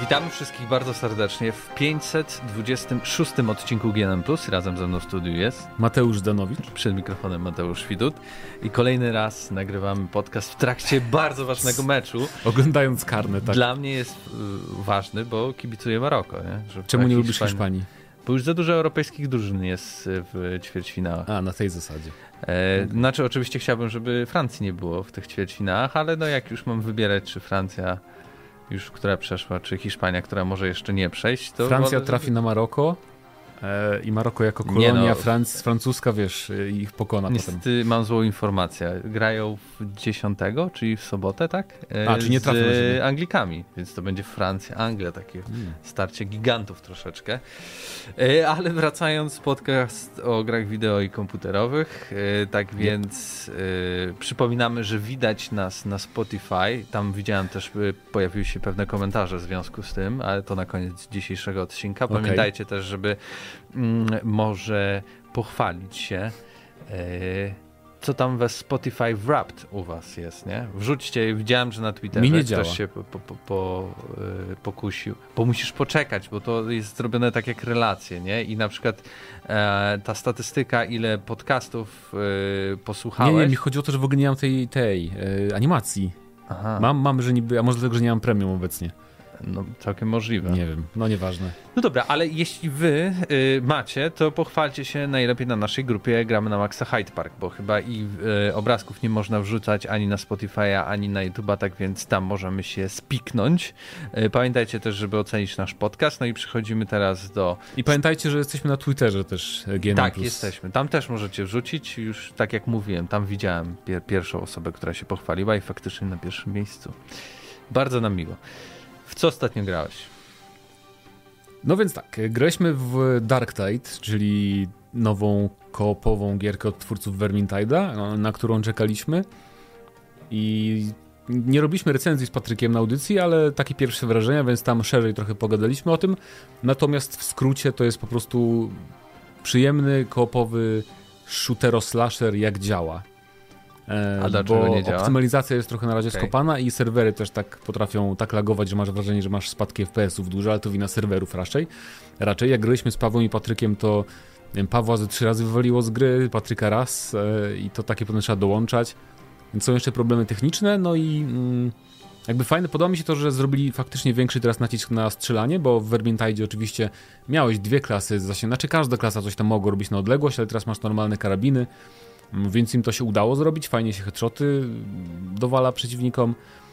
Witamy wszystkich bardzo serdecznie w 526 odcinku GNM+. Razem ze mną w studiu jest Mateusz Danowicz. Przed mikrofonem Mateusz Widut. I kolejny raz nagrywamy podcast w trakcie bardzo ważnego meczu. Oglądając karne, tak. Dla mnie jest ważny, bo kibicuję Maroko. Nie? Czemu nie lubisz Hiszpanii? Bo już za dużo europejskich drużyn jest w ćwierćfinałach. A, na tej zasadzie. Znaczy oczywiście chciałbym, żeby Francji nie było w tych ćwierćfinałach, ale no jak już mam wybierać, czy Francja już, która przeszła, czy Hiszpania, która może jeszcze nie przejść, to... Francja trafi na Maroko i Maroko jako kolonia francuska, wiesz, ich pokona niestety potem. Niestety mam złą informację. Grają w 10, czyli w sobotę, tak? Czy nie trafią z Anglikami, więc to będzie Francja-Anglia, takie starcie gigantów troszeczkę. Ale wracając, podcast o grach wideo i komputerowych, tak więc przypominamy, że widać nas na Spotify. Tam widziałem też, pojawiły się pewne komentarze w związku z tym, ale to na koniec dzisiejszego odcinka. Pamiętajcie też, żeby może pochwalić się, co tam we Spotify Wrapped u was jest, nie? Wrzućcie, widziałem, że na Twitterze ktoś się pokusił, bo musisz poczekać, bo to jest zrobione tak jak relacje, nie? I na przykład ta statystyka, ile podcastów posłuchałeś... Nie, mi chodzi o to, że w ogóle nie mam tej animacji. Aha. Mam, że niby, a może dlatego, że nie mam premium obecnie. No, całkiem możliwe. Nie wiem, no nieważne. No dobra, ale jeśli wy macie, to pochwalcie się najlepiej na naszej grupie Gramy na Maxa Hyde Park, bo chyba i obrazków nie można wrzucać ani na Spotify'a, ani na YouTube'a, tak więc tam możemy się spiknąć. Pamiętajcie też, żeby ocenić nasz podcast, no i przechodzimy teraz do... I pamiętajcie, że jesteśmy na Twitterze też, GNM+. Tak, jesteśmy. Tam też możecie wrzucić, już tak jak mówiłem, tam widziałem pierwszą osobę, która się pochwaliła i faktycznie na pierwszym miejscu. Bardzo nam miło. W co ostatnio grałeś? No więc tak, graliśmy w Dark Tide, czyli nową koopową gierkę od twórców Vermintide'a, na którą czekaliśmy i nie robiliśmy recenzji z Patrykiem na audycji, ale takie pierwsze wrażenia, więc tam szerzej trochę pogadaliśmy o tym, natomiast w skrócie to jest po prostu przyjemny, koopowy shootero-slasher jak działa. A dlaczego nie działa? Optymalizacja jest trochę na razie skopana i serwery też tak potrafią tak lagować, że masz wrażenie, że masz spadki FPS-ów duże, ale to wina serwerów raczej. Jak graliśmy z Pawłem i Patrykiem, to Pawła ze 3 razy wywaliło z gry, Patryka raz i to takie potem trzeba dołączać. Więc są jeszcze problemy techniczne, no i jakby fajne, podoba mi się to, że zrobili faktycznie większy teraz nacisk na strzelanie, bo w Vermintide oczywiście miałeś 2 klasy, znaczy każda klasa coś tam mogła robić na odległość, ale teraz masz normalne karabiny. Więc im to się udało zrobić, fajnie się headshoty dowala przeciwnikom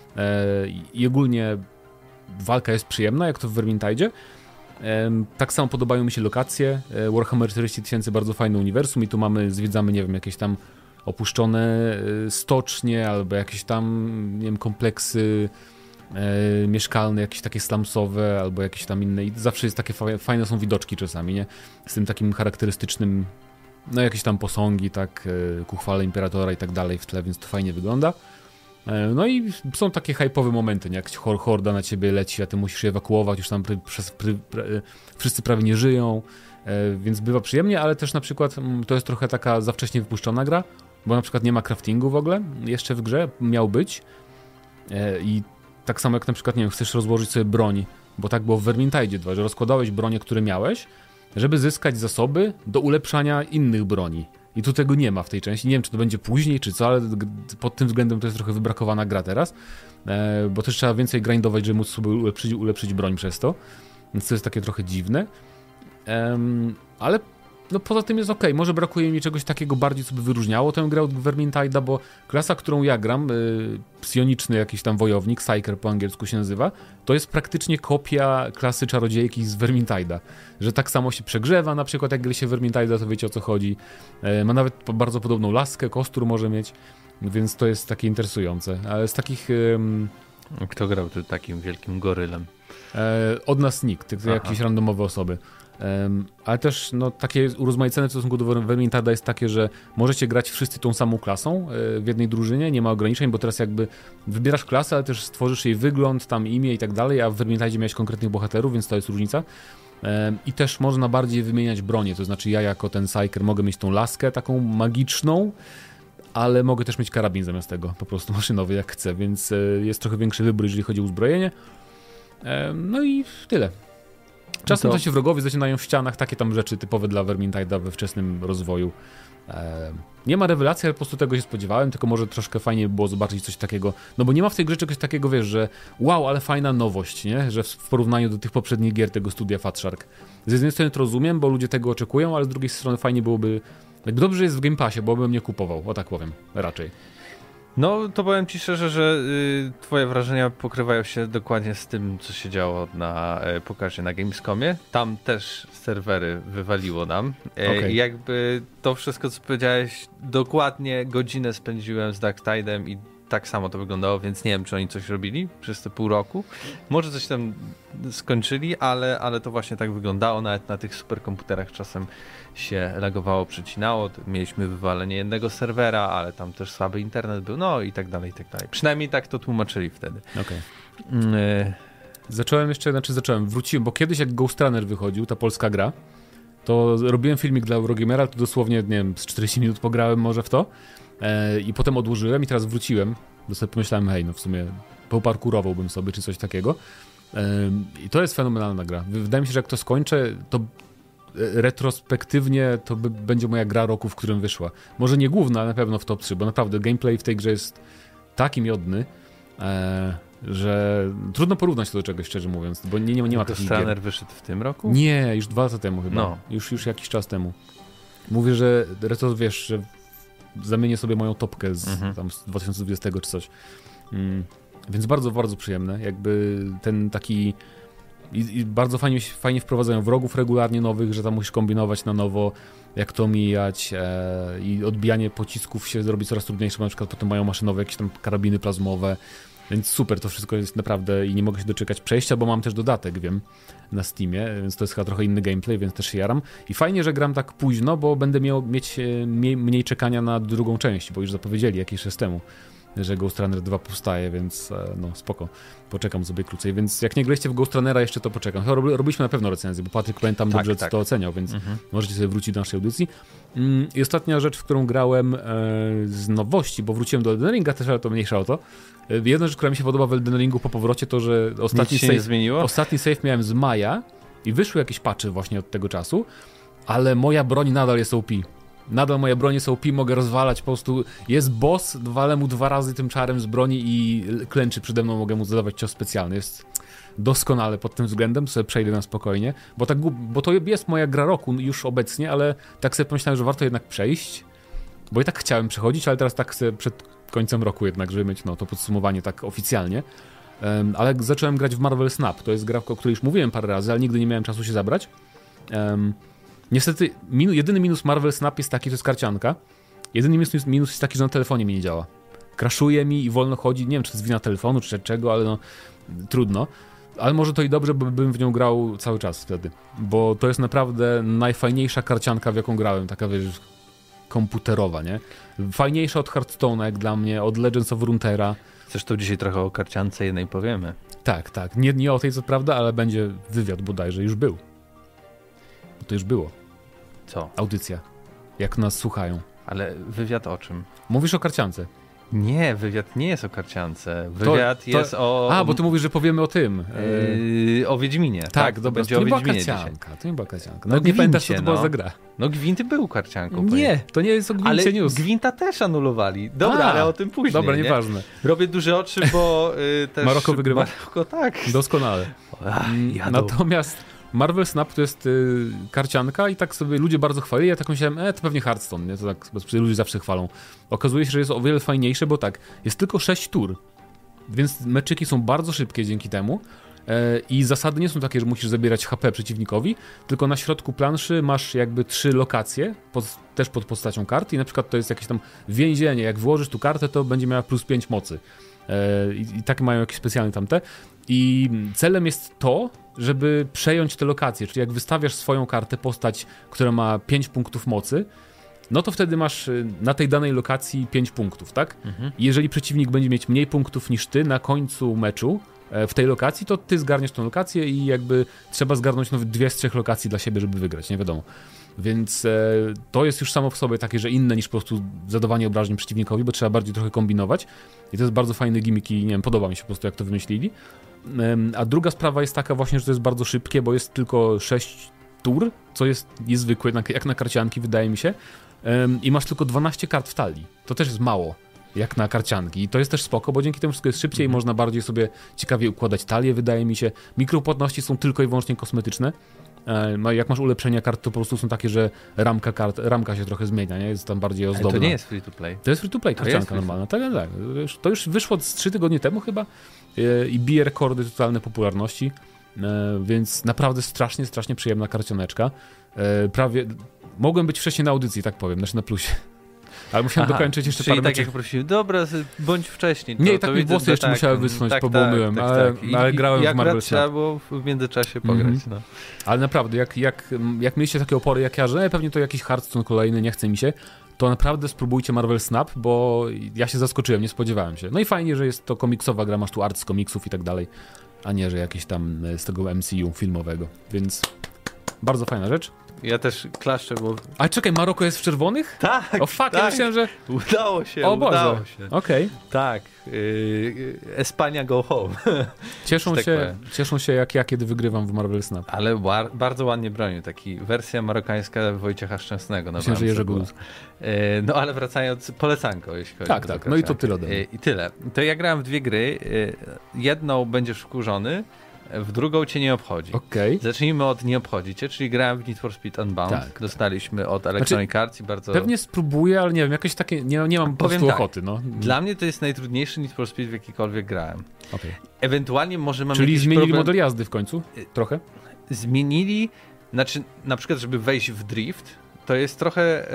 i ogólnie walka jest przyjemna, jak to w Vermintide. Tak samo podobają mi się lokacje. Warhammer 40 000 bardzo fajne uniwersum i tu zwiedzamy, nie wiem, jakieś tam opuszczone stocznie albo jakieś tam, nie wiem, kompleksy mieszkalne, jakieś takie slumsowe albo jakieś tam inne i zawsze jest takie fajne są widoczki czasami, nie? Z tym takim charakterystycznym jakieś tam posągi, tak, ku chwale imperatora i tak dalej w tle, więc to fajnie wygląda. No i są takie hype'owe momenty, nie? Jak horda na ciebie leci, a ty musisz je ewakuować, już tam wszyscy prawie nie żyją, więc bywa przyjemnie, ale też na przykład to jest trochę taka za wcześnie wypuszczona gra, bo na przykład nie ma craftingu w ogóle jeszcze w grze, miał być i tak samo jak na przykład, nie wiem, chcesz rozłożyć sobie broń, bo tak było w Vermintide 2, że rozkładałeś bronie, które miałeś, żeby zyskać zasoby do ulepszania innych broni. I tu tego nie ma w tej części. Nie wiem, czy to będzie później, czy co, ale pod tym względem to jest trochę wybrakowana gra teraz, bo też trzeba więcej grindować, żeby móc sobie ulepszyć broń przez to. Więc to jest takie trochę dziwne. Ale no poza tym jest okej. Może brakuje mi czegoś takiego bardziej, co by wyróżniało tę grę od Vermintide'a, bo klasa, którą ja gram, psioniczny jakiś tam wojownik, Psyker po angielsku się nazywa, to jest praktycznie kopia klasy czarodziejki z Vermintide'a. Że tak samo się przegrzewa, na przykład jak gra się Vermintide'a, to wiecie o co chodzi. Ma nawet bardzo podobną laskę, kostur może mieć, więc to jest takie interesujące. Ale z takich... Kto grał takim wielkim gorylem? Od nas nikt, tylko jakieś randomowe osoby. Ale też no, takie urozmaicone w stosunku do Vermintida jest takie, że możecie grać wszyscy tą samą klasą w jednej drużynie, nie ma ograniczeń, bo teraz jakby wybierasz klasę, ale też stworzysz jej wygląd, tam imię i tak dalej, a w Vermintide miałeś konkretnych bohaterów, więc to jest różnica. I też można bardziej wymieniać bronię, to znaczy ja jako ten Psyker mogę mieć tą laskę taką magiczną, ale mogę też mieć karabin zamiast tego, po prostu maszynowy jak chcę, więc jest trochę większy wybór, jeżeli chodzi o uzbrojenie. No i tyle. Czasem to się wrogowie zaczynają w ścianach, takie tam rzeczy typowe dla Vermintide'a we wczesnym rozwoju. Nie ma rewelacji, ale po prostu tego się spodziewałem, tylko może troszkę fajnie było zobaczyć coś takiego, no bo nie ma w tej grze czegoś takiego, wiesz, że wow, ale fajna nowość, nie? Że w porównaniu do tych poprzednich gier tego studia Fat Shark. Z jednej strony to rozumiem, bo ludzie tego oczekują, ale z drugiej strony fajnie byłoby, jakby dobrze, że jest w Game Passie, bo bym nie kupował, o tak powiem, raczej. No, to powiem ci szczerze, że twoje wrażenia pokrywają się dokładnie z tym, co się działo na pokazie na Gamescomie. Tam też serwery wywaliło nam. Okay. Jakby to wszystko, co powiedziałeś, dokładnie godzinę spędziłem z Dark Tide'em i tak samo to wyglądało, więc nie wiem, czy oni coś robili przez te pół roku. Może coś tam skończyli, ale to właśnie tak wyglądało. Nawet na tych superkomputerach czasem się lagowało, przecinało. Mieliśmy wywalenie jednego serwera, ale tam też słaby internet był, no i tak dalej, i tak dalej. Przynajmniej tak to tłumaczyli wtedy. Okej. Wróciłem, bo kiedyś jak Ghost Runner wychodził, ta polska gra, to robiłem filmik dla Eurogamera, to dosłownie, nie wiem, z 40 minut pograłem może w to i potem odłożyłem i teraz wróciłem, bo sobie pomyślałem, hej, no w sumie poparkurowałbym sobie, czy coś takiego. I to jest fenomenalna gra. Wydaje mi się, że jak to skończę, to retrospektywnie to będzie moja gra roku, w którym wyszła. Może nie główna, ale na pewno w top 3, bo naprawdę gameplay w tej grze jest taki miodny, że trudno porównać to do czegoś, szczerze mówiąc, bo nie ma takich gier. Runner wyszedł w tym roku? Nie, już 2 lata temu chyba. No. Już jakiś czas temu. Mówię, że wiesz, że zamienię sobie moją topkę tam z 2020 czy coś. Więc bardzo, bardzo przyjemne. Jakby ten taki... I bardzo fajnie wprowadzają wrogów regularnie nowych, że tam musisz kombinować na nowo, jak to mijać i odbijanie pocisków się zrobi coraz trudniejsze, bo na przykład potem mają maszynowe jakieś tam karabiny plazmowe, więc super, to wszystko jest naprawdę i nie mogę się doczekać przejścia, bo mam też dodatek, wiem, na Steamie, więc to jest chyba trochę inny gameplay, więc też się jaram. I fajnie, że gram tak późno, bo będę mieć mniej czekania na drugą część, bo już zapowiedzieli jakiś czas temu, że Ghost Runner 2 powstaje, więc no spoko, poczekam sobie krócej, więc jak nie graliście w Ghost Runnera jeszcze, to poczekam. Robiliśmy na pewno recenzję, bo Patryk pamiętam dobrze to oceniał, więc możecie sobie wrócić do naszej audycji. I ostatnia rzecz, w którą grałem z nowości, bo wróciłem do Elden Ringa też, ale to mniejsza o to. Jedna rzecz, która mi się podoba w Elden Ringu po powrocie, to że ostatni save miałem z maja i wyszły jakieś patchy właśnie od tego czasu, ale moja broń nadal jest OP. Nadal moje bronie są OP, mogę rozwalać, po prostu jest boss, walę mu 2 razy tym czarem z broni i klęczy przede mną, mogę mu zadawać cios specjalny. Jest doskonale pod tym względem, sobie przejdę na spokojnie, bo to jest moja gra roku już obecnie, ale tak sobie pomyślałem, że warto jednak przejść, bo i tak chciałem przechodzić, ale teraz tak chcę przed końcem roku jednak, żeby mieć to podsumowanie tak oficjalnie. Ale zacząłem grać w Marvel Snap, to jest gra, o której już mówiłem parę razy, ale nigdy nie miałem czasu się zabrać. Niestety, jedyny minus Marvel Snap jest taki, że jest karcianka. Jedyny minus jest taki, że na telefonie mi nie działa. Crashuje mi i wolno chodzi. Nie wiem, czy to jest wina telefonu, czy czego, ale no trudno. Ale może to i dobrze, bo bym w nią grał cały czas wtedy. Bo to jest naprawdę najfajniejsza karcianka, w jaką grałem. Taka, wiesz, komputerowa, nie? Fajniejsza od Hearthstone'a, jak dla mnie, od Legends of Runeterra. Zresztą dzisiaj trochę o karciance jednej powiemy. Tak. Nie o tej, co prawda, ale będzie wywiad bodajże. Już był. To już było. Co? Audycja. Jak nas słuchają. Ale wywiad o czym? Mówisz o karciance. Nie, wywiad nie jest o karciance. Wywiad jest o... A, bo ty mówisz, że powiemy o tym. O Wiedźminie. Tak, dobra. To nie była karcianka. No nie pamiętasz, co to była za gra. No Gwinty był karcianką. Nie, to nie jest o Gwincie News. Ale Gwinta też anulowali. Dobra, ale o tym później. Dobra, nieważne. Robię duże oczy, bo też... Maroko wygrywa? Maroko, tak. Doskonale. Natomiast Marvel Snap to jest karcianka i tak sobie ludzie bardzo chwalili, ja tak myślałem, to pewnie Hearthstone, nie? To tak ludzie zawsze chwalą. Okazuje się, że jest o wiele fajniejsze, bo tak, jest tylko 6 tur, więc meczyki są bardzo szybkie dzięki temu i zasady nie są takie, że musisz zabierać HP przeciwnikowi, tylko na środku planszy masz jakby 3 lokacje, też pod postacią kart i na przykład to jest jakieś tam więzienie, jak włożysz tu kartę, to będzie miała plus 5 mocy. I takie mają jakieś specjalne tamte. I celem jest to, żeby przejąć te lokacje, czyli jak wystawiasz swoją kartę, postać, która ma 5 punktów mocy, no to wtedy masz na tej danej lokacji 5 punktów, tak? I jeżeli przeciwnik będzie mieć mniej punktów niż ty na końcu meczu w tej lokacji, to ty zgarniesz tą lokację i jakby trzeba zgarnąć 2 z 3 lokacji dla siebie, żeby wygrać, nie wiadomo. Więc to jest już samo w sobie takie, że inne niż po prostu zadawanie obrażeń przeciwnikowi, bo trzeba bardziej trochę kombinować i to jest bardzo fajny gimmick i nie wiem, podoba mi się po prostu jak to wymyślili. A druga sprawa jest taka właśnie, że to jest bardzo szybkie, bo jest tylko 6 tur, co jest niezwykłe, jak na karcianki, wydaje mi się. I masz tylko 12 kart w talii. To też jest mało, jak na karcianki. I to jest też spoko, bo dzięki temu wszystko jest szybciej i można bardziej sobie ciekawie układać talię, wydaje mi się. Mikropłatności są tylko i wyłącznie kosmetyczne. Jak masz ulepszenia kart, to po prostu są takie, że ramka się trochę zmienia, nie? Jest tam bardziej ozdobna. Ale to nie jest free to play. To jest free to play, karcianka normalna. Tak. To już wyszło z 3 tygodnie temu chyba i bije rekordy totalne popularności, więc naprawdę strasznie przyjemna karcioneczka. Prawie mogłem być wcześniej na audycji, tak powiem, znaczy na plusie. Ale musiałem dokończyć jeszcze parę tak jak prosiłem, dobra, bądź wcześniej. Nie, tak mi włosy jeszcze musiały wyschnąć, bo umyłem, ale grałem w Marvel Snap. Trzeba było w międzyczasie pograć, no. Ale naprawdę, jak mieliście takie opory jak ja, że pewnie to jakiś Hearthstone kolejny, nie chce mi się, to naprawdę spróbujcie Marvel Snap, bo ja się zaskoczyłem, nie spodziewałem się. No i fajnie, że jest to komiksowa gra, masz tu art z komiksów i tak dalej, a nie, że jakieś tam z tego MCU filmowego, więc bardzo fajna rzecz. Ja też klaszczę, bo... A czekaj, Maroko jest w czerwonych? Tak, o fuck, tak. Ja myślałem, że... Udało się, o Boże. udało się. Okej. Tak, Espania go home. Cieszą się jak ja, kiedy wygrywam w Marvel Snap. Ale bardzo ładnie bronił, taki wersja marokańska Wojciecha Szczęsnego. Myślę, że Jerzego. No ale wracając, polecanko, jeśli chodzi o Tak, no i to tyle ode mnie. I tyle. To ja grałem w 2 gry, jedną będziesz wkurzony, w drugą cię nie obchodzi. Okay. Zacznijmy od nie obchodzi cię, czyli grałem w Need for Speed Unbound. Tak. Dostaliśmy od Electronic Arts i bardzo... Pewnie spróbuję, ale nie wiem, jakieś takie... Nie mam po prostu ochoty, no. Dla mnie to jest najtrudniejszy Need for Speed, w jakikolwiek grałem. Okay. Ewentualnie może mam Czyli jakiś zmienili problem... model jazdy w końcu? Trochę? Zmienili... Znaczy, na przykład, żeby wejść w drift, to jest trochę...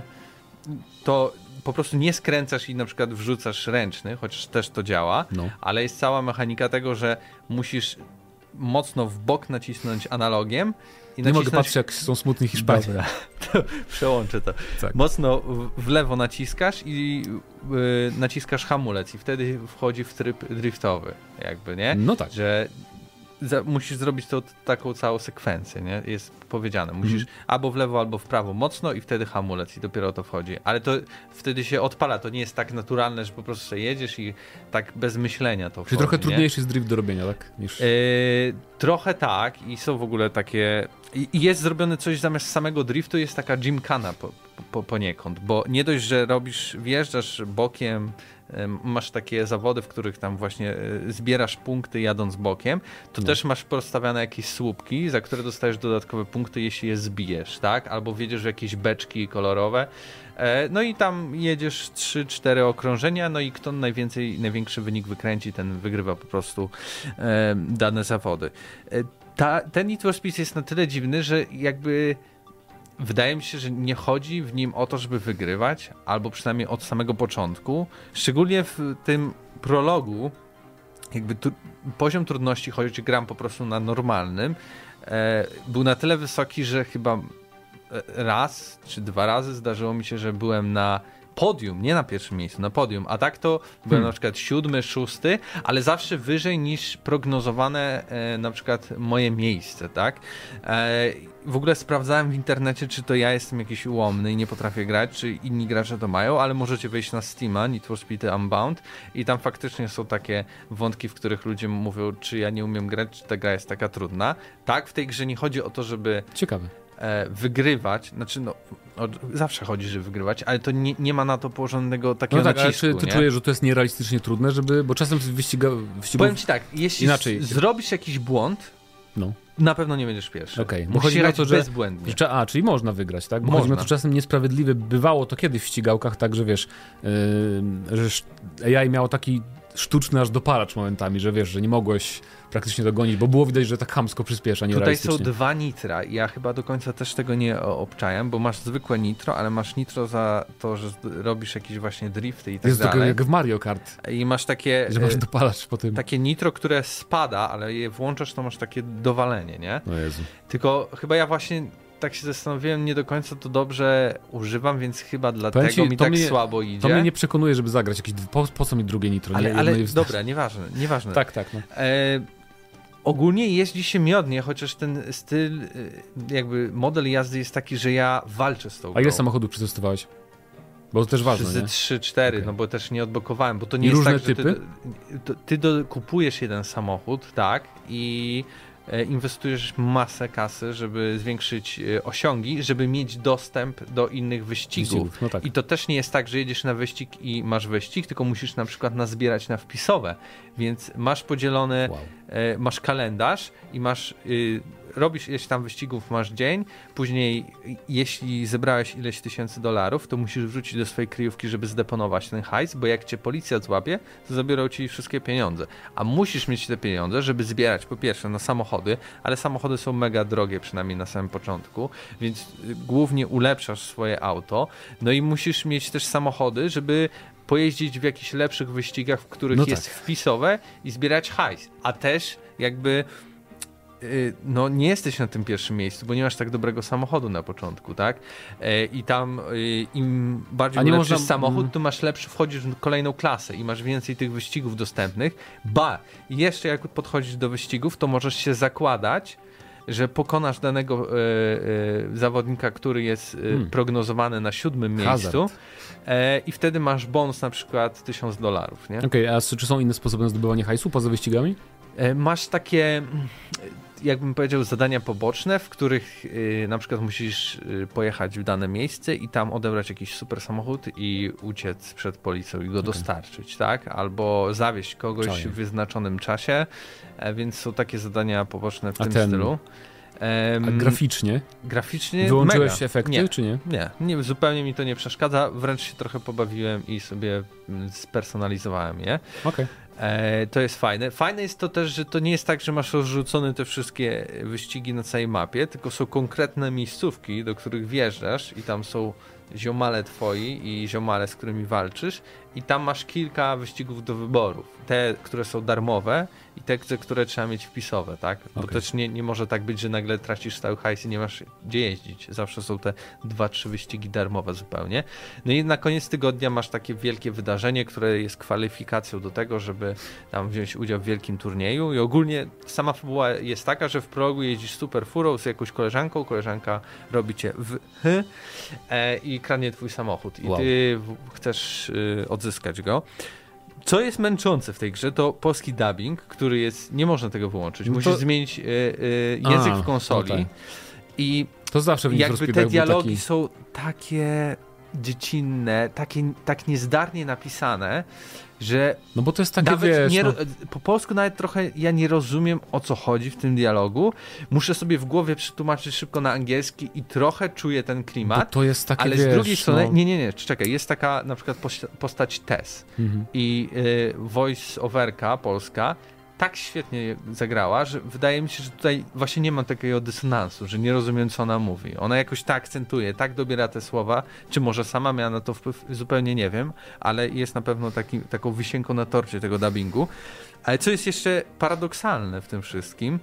to po prostu nie skręcasz i na przykład wrzucasz ręczny, chociaż też to działa, ale jest cała mechanika tego, że musisz mocno w bok nacisnąć analogiem i nie mogę patrzeć, jak są smutni Hiszpanie. Dobra, to przełączę to. Tak. Mocno w lewo naciskasz i naciskasz hamulec i wtedy wchodzi w tryb driftowy, jakby, nie? No tak. Że musisz zrobić to taką całą sekwencję, nie? Jest powiedziane. Musisz albo w lewo, albo w prawo mocno i wtedy hamulec i dopiero o to wchodzi. Ale to wtedy się odpala. To nie jest tak naturalne, że po prostu sobie jedziesz i tak bez myślenia to wchodzi. Czyli trochę trudniejszy jest drift do robienia, tak? Niż... Trochę tak i są w ogóle takie... I jest zrobione coś zamiast samego driftu, jest taka gymkhana poniekąd, bo nie dość, że wjeżdżasz bokiem, masz takie zawody, w których tam właśnie zbierasz punkty jadąc bokiem, to też masz postawione jakieś słupki, za które dostajesz dodatkowe punkty, jeśli je zbijesz, tak? Albo wjedziesz w jakieś beczki kolorowe, no i tam jedziesz 3-4 okrążenia, no i kto największy wynik wykręci, ten wygrywa po prostu dane zawody. Ten Need for Speed jest na tyle dziwny, że jakby wydaje mi się, że nie chodzi w nim o to, żeby wygrywać, albo przynajmniej od samego początku. Szczególnie w tym prologu, jakby poziom trudności, choć gram po prostu na normalnym, był na tyle wysoki, że chyba raz czy 2 razy zdarzyło mi się, że byłem na podium, nie na pierwszym miejscu, na podium, a tak to byłem na przykład 7., 6., ale zawsze wyżej niż prognozowane na przykład moje miejsce, tak? W ogóle sprawdzałem w internecie, czy to ja jestem jakiś ułomny i nie potrafię grać, czy inni gracze to mają, ale możecie wejść na Steama, Need for Speed Unbound i tam faktycznie są takie wątki, w których ludzie mówią, czy ja nie umiem grać, czy ta gra jest taka trudna. Tak, w tej grze nie chodzi o to, żeby... Ciekawe. Wygrywać, znaczy zawsze chodzi, żeby wygrywać, ale to nie ma na to położonego takiego nacisku. Czy ty czujesz, że to jest nierealistycznie trudne, bo czasem wyścigów... Powiem ci tak, jeśli zrobisz jakiś błąd, na pewno nie będziesz pierwszy. Bo chodzi o to, że bezbłędnie. Czyli można wygrać, tak? Bo chodzi o to, czasem niesprawiedliwe bywało to kiedyś w ścigałkach, tak, że wiesz, że AI miało taki sztuczny aż dopalacz momentami, że wiesz, że nie mogłeś praktycznie dogonić, bo było widać, że tak chamsko przyspiesza, nierealistycznie. Tutaj są 2 nitra i ja chyba do końca też tego nie obczajam, bo masz zwykłe nitro, ale masz nitro za to, że robisz jakieś właśnie drifty i tak dalej. Jest to jak w Mario Kart. I masz takie... Że masz dopalacz po tym. Takie nitro, które spada, ale je włączasz, to masz takie dowalenie, nie? O Jezu. Tylko chyba ja właśnie... Tak się zastanowiłem, nie do końca to dobrze używam, więc chyba dlatego mi tak słabo idzie. To mnie nie przekonuje, żeby zagrać jakieś... Po co mi drugie nitro? Ale dobra, nieważne. Tak. No. Ogólnie jeździ się miodnie, chociaż ten styl, jakby model jazdy jest taki, że ja walczę z tą grą. A ile samochodów przetestowałeś? Bo to też ważne, ze nie? 3-4, Okay. No bo też nie odblokowałem, bo to nie I jest różne tak, że typy? ty kupujesz jeden samochód, tak, i inwestujesz masę kasy, żeby zwiększyć osiągi, żeby mieć dostęp do innych wyścigów. No tak. I to też nie jest tak, że jedziesz na wyścig i masz wyścig, tylko musisz na przykład nazbierać na wpisowe, więc masz podzielone, masz kalendarz i masz robisz ileś tam wyścigów, masz dzień, później jeśli zebrałeś ileś $1000, to musisz wrócić do swojej kryjówki, żeby zdeponować ten hajs, bo jak cię policja złapie, to zabiorą ci wszystkie pieniądze. A musisz mieć te pieniądze, żeby zbierać po pierwsze na samochody, ale samochody są mega drogie, przynajmniej na samym początku, więc głównie ulepszasz swoje auto, no i musisz mieć też samochody, żeby pojeździć w jakichś lepszych wyścigach, w których jest wpisowe i zbierać hajs, a też jakby no nie jesteś na tym pierwszym miejscu, bo nie masz tak dobrego samochodu na początku, tak? I tam im bardziej ulepszysz samochód, to masz lepszy, wchodzisz w kolejną klasę i masz więcej tych wyścigów dostępnych. I jeszcze jak podchodzisz do wyścigów, to możesz się zakładać, że pokonasz danego zawodnika, który jest prognozowany na 7. miejscu i wtedy masz bonus na przykład $1000, nie? Okej, a czy są inne sposoby na zdobywanie hajsu poza wyścigami? Masz takie, jakbym powiedział, zadania poboczne, w których na przykład musisz pojechać w dane miejsce i tam odebrać jakiś super samochód i uciec przed policją i go dostarczyć, tak? Albo zawieźć kogoś w wyznaczonym czasie, więc są takie zadania poboczne w tym stylu. A graficznie? Graficznie wyłączyłeś mega. efekty, czy nie? Nie, zupełnie mi to nie przeszkadza, wręcz się trochę pobawiłem i sobie spersonalizowałem je. Okej. To jest fajne. Fajne jest to też, że to nie jest tak, że masz rozrzucone te wszystkie wyścigi na całej mapie, tylko są konkretne miejscówki, do których wjeżdżasz i tam są ziomale twoi i ziomale, z którymi walczysz i tam masz kilka wyścigów do wyboru. Te, które są darmowe i te, które trzeba mieć wpisowe, tak? Bo też nie może tak być, że nagle tracisz stały hajs i nie masz gdzie jeździć. Zawsze są te 2-3 wyścigi darmowe zupełnie. No i na koniec tygodnia masz takie wielkie wydarzenie, które jest kwalifikacją do tego, żeby tam wziąć udział w wielkim turnieju i ogólnie sama fabuła jest taka, że w prologu jeździsz super furą z jakąś koleżanką, koleżanka robi cię i kradnie twój samochód i ty chcesz odzyskać go. Co jest męczące w tej grze, to polski dubbing, który jest, nie można tego wyłączyć. Musisz zmienić język w konsoli. I to zawsze w jakby te dialogi są takie dziecinne, tak niezdarnie napisane, że no bo to jest takie, nawet po polsku nawet trochę ja nie rozumiem, o co chodzi w tym dialogu. Muszę sobie w głowie przetłumaczyć szybko na angielski i trochę czuję ten klimat. Bo to jest takie, ale z drugiej strony, nie, czekaj, jest taka na przykład postać Tess i voice overka polska tak świetnie zagrała, że wydaje mi się, że tutaj właśnie nie ma takiego dysonansu, że nie rozumiem, co ona mówi. Ona jakoś tak akcentuje, tak dobiera te słowa, czy może sama miała na to wpływ, zupełnie nie wiem, ale jest na pewno taką wisienką na torcie tego dubbingu. Ale co jest jeszcze paradoksalne w tym wszystkim,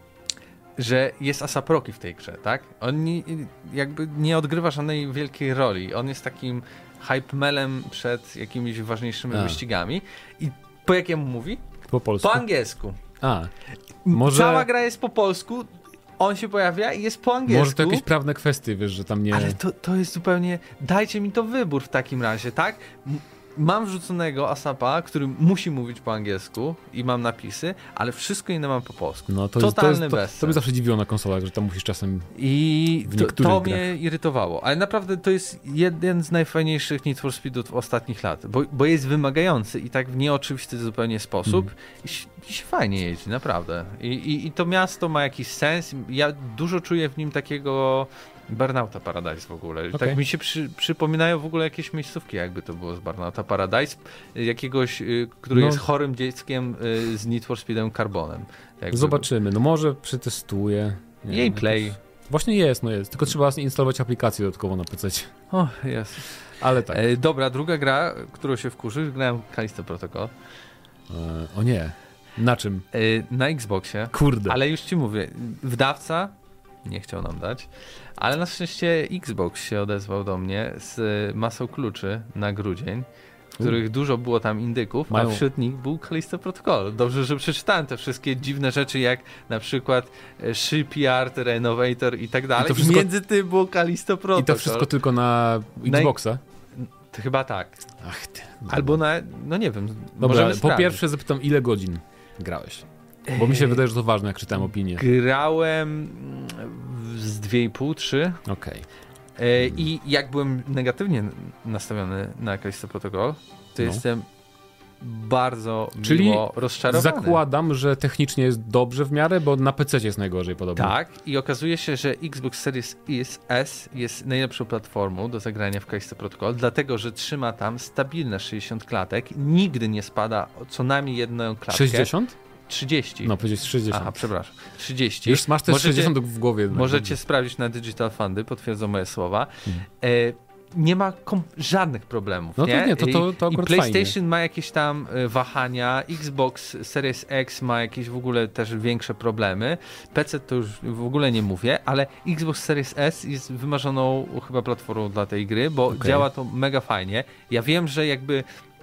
że jest ASAP Rocky w tej grze, tak? On jakby nie odgrywa żadnej wielkiej roli. On jest takim hype-melem przed jakimiś ważniejszymi wyścigami i po jakiemu mówi? Po polsku. Po angielsku. Może... Cała gra jest po polsku, on się pojawia i jest po angielsku. Może to jakieś prawne kwestie, wiesz, że tam nie... Ale to jest zupełnie... Dajcie mi to wybór w takim razie, tak? Mam wrzuconego ASAPa, który musi mówić po angielsku i mam napisy, ale wszystko inne mam po polsku. No to totalny bezsens. To mnie zawsze dziwiło na konsolach, że tam musisz czasem i w niektórych to grach. mnie irytowało, ale naprawdę to jest jeden z najfajniejszych Need for Speedów ostatnich lat, bo jest wymagający i tak w nieoczywisty zupełnie sposób i się fajnie jeździ, naprawdę. I to miasto ma jakiś sens. Ja dużo czuję w nim takiego Burnouta Paradise w ogóle. Tak mi się przypominają w ogóle jakieś miejscówki, jakby to było z Burnouta Paradise. Jakiegoś, który jest chorym dzieckiem z Need for Speedem Carbonem. Zobaczymy. No może przetestuję. Jej Play. Właśnie jest. Tylko trzeba instalować aplikację dodatkowo na PC. O, jest. Ale tak. Dobra, druga gra, którą się wkurzył, grałem Callisto Protocol. O nie. Na czym? Na Xboxie. Kurde. Ale już ci mówię, wydawca nie chciał nam dać, ale na szczęście Xbox się odezwał do mnie z masą kluczy na grudzień, w których dużo było tam indyków, a wśród nich był Callisto Protocol. Dobrze, że przeczytałem te wszystkie dziwne rzeczy, jak na przykład Shipyard, Renovator i tak dalej. I między tym było Callisto Protocol. I to wszystko tylko na Xboxa? To chyba tak. Ach ty. Albo no nie wiem. Dobra, po pierwsze zapytam, ile godzin grałeś? Bo mi się wydaje, że to ważne, jak czytałem opinię. Grałem z 2,5-3. Okej. I jak byłem negatywnie nastawiony na Callisto Protocol, to jestem bardzo miło rozczarowany. Zakładam, że technicznie jest dobrze w miarę, bo na PC jest najgorzej podobno. Tak, i okazuje się, że Xbox Series S jest najlepszą platformą do zagrania w Callisto Protocol, dlatego, że trzyma tam stabilne 60 klatek, nigdy nie spada co najmniej jedną klatkę. 60? 30. No, powiedzieć 60. Aha, przepraszam. 30. Już masz też 60 w głowie. Możecie sprawdzić na Digital Fundy, potwierdzą moje słowa. Nie ma żadnych problemów. No to nie, to I PlayStation fajnie. ma jakieś tam wahania, Xbox Series X ma jakieś w ogóle też większe problemy, PC to już w ogóle nie mówię, ale Xbox Series S jest wymarzoną chyba platformą dla tej gry, bo działa to mega fajnie. Ja wiem, że jakby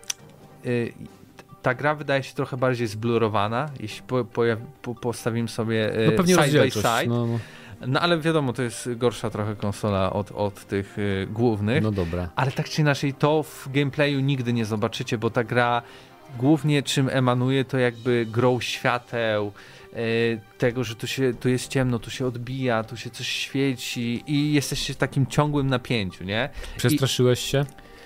ta gra wydaje się trochę bardziej zblurowana, jeśli postawimy sobie side by side. No ale wiadomo, to jest gorsza trochę konsola od tych głównych. No dobra. Ale tak czy inaczej to w gameplayu nigdy nie zobaczycie, bo ta gra głównie czym emanuje, to jakby grą świateł, tego, że tu jest ciemno, tu się odbija, tu się coś świeci i jesteście w takim ciągłym napięciu, nie? Przestraszyłeś się?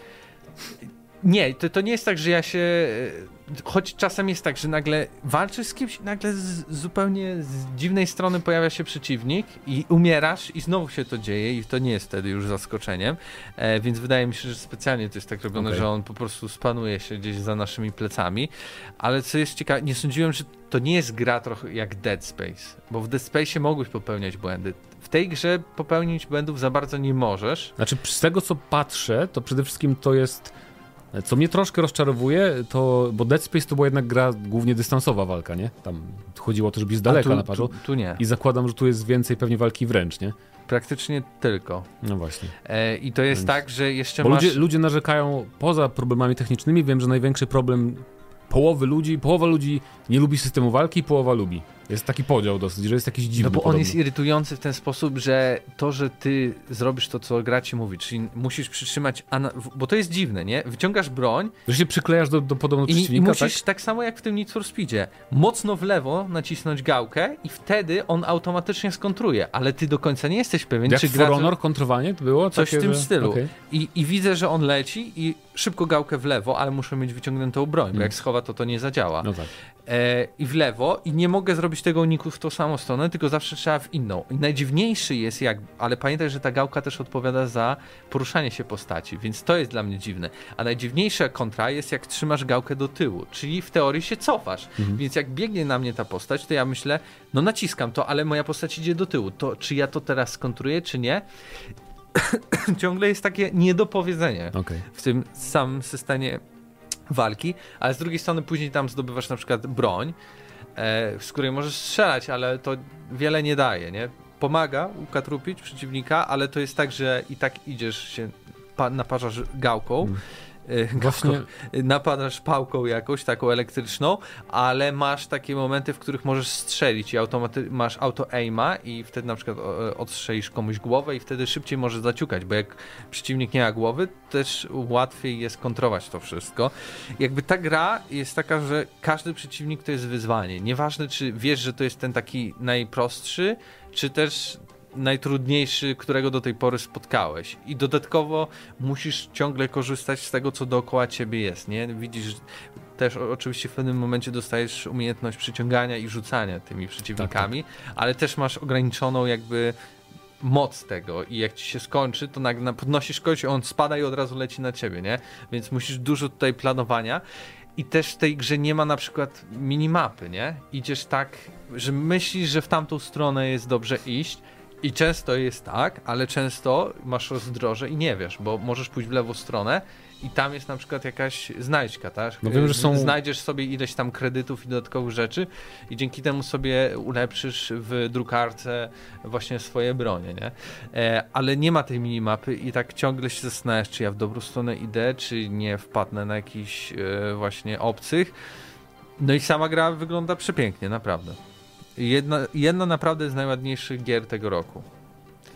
Nie, to nie jest tak, że ja się... Choć czasem jest tak, że nagle walczysz z kimś i nagle zupełnie z dziwnej strony pojawia się przeciwnik i umierasz i znowu się to dzieje i to nie jest wtedy już zaskoczeniem, więc wydaje mi się, że specjalnie to jest tak robione, że on po prostu spanuje się gdzieś za naszymi plecami, ale co jest ciekawe, nie sądziłem, że to nie jest gra trochę jak Dead Space, bo w Dead Space mogłeś popełniać błędy. W tej grze popełnić błędów za bardzo nie możesz. Znaczy z tego co patrzę, to przede wszystkim to jest... Co mnie troszkę rozczarowuje, to bo Dead Space to była jednak gra głównie dystansowa walka, nie? Tam chodziło też z daleka na parzu. Tu nie. I zakładam, że tu jest więcej pewnie walki wręcz, nie? Praktycznie tylko. No właśnie. I to jest tak, że jeszcze bo ludzie narzekają, poza problemami technicznymi, wiem, że największy problem połowa ludzi nie lubi systemu walki, połowa lubi. Jest taki podział dosyć, że jest jakiś dziwny. No bo podobno. on jest irytujący w ten sposób, że to, że ty zrobisz to, co gra ci mówi, czyli musisz przytrzymać, bo to jest dziwne, nie? Wyciągasz broń, że się przyklejasz do podobno przeciwnika, i musisz tak samo jak w tym Need for Speedzie, mocno w lewo nacisnąć gałkę i wtedy on automatycznie skontruje, ale ty do końca nie jesteś pewien, jak czy For Honor kontrowanie to było? Coś takie, w tym stylu. Okay. I widzę, że on leci i szybko gałkę w lewo, ale muszę mieć wyciągniętą broń, bo jak schowa, to nie zadziała. No tak. I w lewo i nie mogę zrobić tego uniku w tą samą stronę, tylko zawsze trzeba w inną. I najdziwniejszy jest ale pamiętaj, że ta gałka też odpowiada za poruszanie się postaci, więc to jest dla mnie dziwne. A najdziwniejsza kontra jest jak trzymasz gałkę do tyłu, czyli w teorii się cofasz. Więc jak biegnie na mnie ta postać, to ja myślę, no naciskam to, ale moja postać idzie do tyłu. To czy ja to teraz skontruję, czy nie? Ciągle jest takie niedopowiedzenie w tym samym systemie walki, ale z drugiej strony później tam zdobywasz na przykład broń, z której możesz strzelać, ale to wiele nie daje, nie? Pomaga ukatrupić przeciwnika, ale to jest tak, że i tak idziesz się, naparzasz gałką, napadasz pałką jakąś taką elektryczną, ale masz takie momenty, w których możesz strzelić i masz auto-aima i wtedy na przykład odstrzelisz komuś głowę i wtedy szybciej możesz zaciukać, bo jak przeciwnik nie ma głowy, też łatwiej jest kontrować to wszystko. Jakby ta gra jest taka, że każdy przeciwnik to jest wyzwanie. Nieważne, czy wiesz, że to jest ten taki najprostszy, czy też najtrudniejszy, którego do tej pory spotkałeś. I dodatkowo musisz ciągle korzystać z tego, co dookoła ciebie jest, nie? Widzisz, też oczywiście w pewnym momencie dostajesz umiejętność przyciągania i rzucania tymi przeciwnikami, ale też masz ograniczoną jakby moc tego i jak ci się skończy, to nagle podnosisz kogoś, on spada i od razu leci na ciebie, nie? Więc musisz dużo tutaj planowania. I też w tej grze nie ma na przykład minimapy, nie? Idziesz tak, że myślisz, że w tamtą stronę jest dobrze iść, i często jest tak, ale często masz rozdroże i nie wiesz, bo możesz pójść w lewą stronę i tam jest na przykład jakaś znajdźka, tak? No wiem, że znajdziesz sobie ileś tam kredytów i dodatkowych rzeczy i dzięki temu sobie ulepszysz w drukarce właśnie swoje bronie, nie? Ale nie ma tej minimapy i tak ciągle się zastanawiasz, czy ja w dobrą stronę idę, czy nie wpadnę na jakichś właśnie obcych. No i sama gra wygląda przepięknie, naprawdę. Jedna naprawdę z najładniejszych gier tego roku.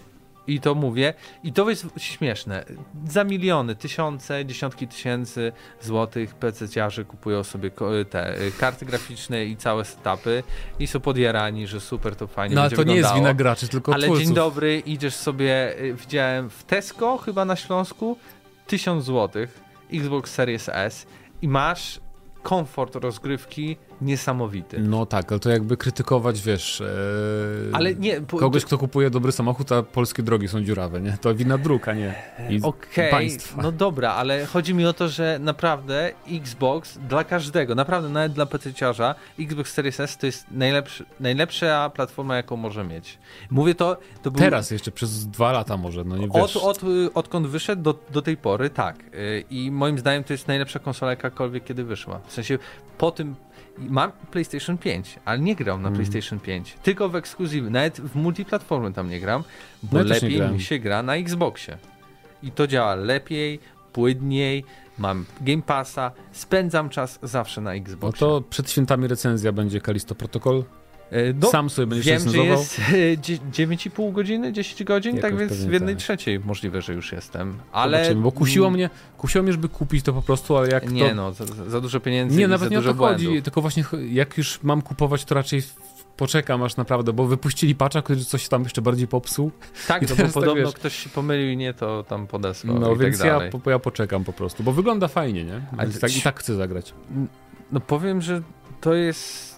I to mówię, i to jest śmieszne. Za miliony, tysiące, dziesiątki tysięcy złotych PC-ciarze kupują sobie te karty graficzne i całe setupy i są podjarani, że super, to fajnie no, będzie ale to wyglądało. nie jest wina graczy, tylko ale twórców. Dzień dobry, idziesz sobie, widziałem w Tesco, chyba na Śląsku, 1000 złotych, Xbox Series S i masz komfort rozgrywki niesamowity. No tak, ale to jakby krytykować, wiesz, ale nie, kogoś, kto kupuje dobry samochód, a polskie drogi są dziurawe, nie? To wina dróg, a nie państwa. No dobra, ale chodzi mi o to, że naprawdę Xbox dla każdego, naprawdę nawet dla PC-ciarza, Xbox Series S to jest najlepsza platforma, jaką może mieć. Mówię to był... Teraz jeszcze przez 2 lata może, no nie wiesz. Odkąd wyszedł do tej pory, tak. I moim zdaniem to jest najlepsza konsola, jakakolwiek kiedy wyszła. W sensie po tym mam PlayStation 5, ale nie gram na PlayStation 5. Tylko w ekskluzywy. Nawet w multiplatformy tam nie gram, bo ja lepiej mi się gra na Xboxie. I to działa lepiej, płynniej, mam Game Passa, spędzam czas zawsze na Xboxie. No to przed świętami recenzja będzie Callisto Protocol. Sam sobie będziesz recenzował. Wiem, że jest 9,5 godziny, 10 godzin, jakoś tak więc w 1/3 możliwe, że już jestem. Ale zobaczymy, bo kusiło mnie, żeby kupić to po prostu, ale jak nie, to... no, za dużo pieniędzy nie, i nawet za nie o dużo to błędów. chodzi, tylko właśnie jak już mam kupować, to raczej poczekam aż naprawdę, bo wypuścili patcha, który coś tam jeszcze bardziej popsuł. Tak, no bo podobno wiesz, ktoś się pomylił i nie to tam podesłał. No i więc tak dalej. ja poczekam po prostu, bo wygląda fajnie, nie? I tak chcę zagrać. No powiem, że to jest...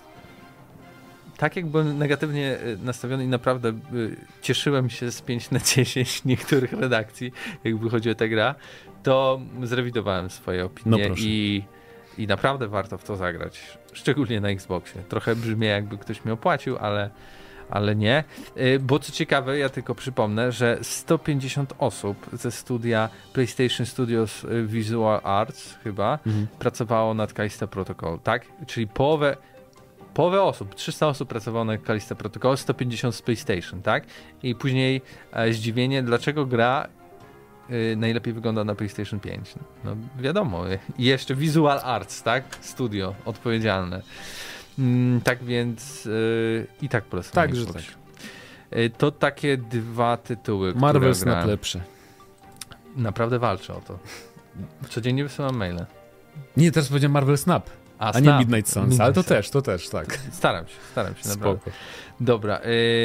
Tak jak byłem negatywnie nastawiony i naprawdę cieszyłem się z 5/10 niektórych redakcji, jak wychodzi o tę grę, to zrewidowałem swoje opinie i naprawdę warto w to zagrać. Szczególnie na Xboxie. Trochę brzmi, jakby ktoś mi opłacił, ale nie. Bo co ciekawe, ja tylko przypomnę, że 150 osób ze studia PlayStation Studios Visual Arts chyba pracowało nad Callisto Protocol, tak? Czyli połowę osób, 300 osób pracowało na Callisto Protocol, 150 z PlayStation, tak? I później zdziwienie, dlaczego gra najlepiej wygląda na PlayStation 5. No wiadomo. I jeszcze Visual Arts, tak? Studio odpowiedzialne. Tak więc i tak polecam. Tak, że tak. To takie 2 tytuły, Marvel które Snap lepsze. Naprawdę walczę o to. Codziennie wysyłam maile. Nie, teraz powiedziałem Marvel Snap. A nie Midnight Suns, ale to też, tak. Staram się naprawdę. Spoko. Dobra,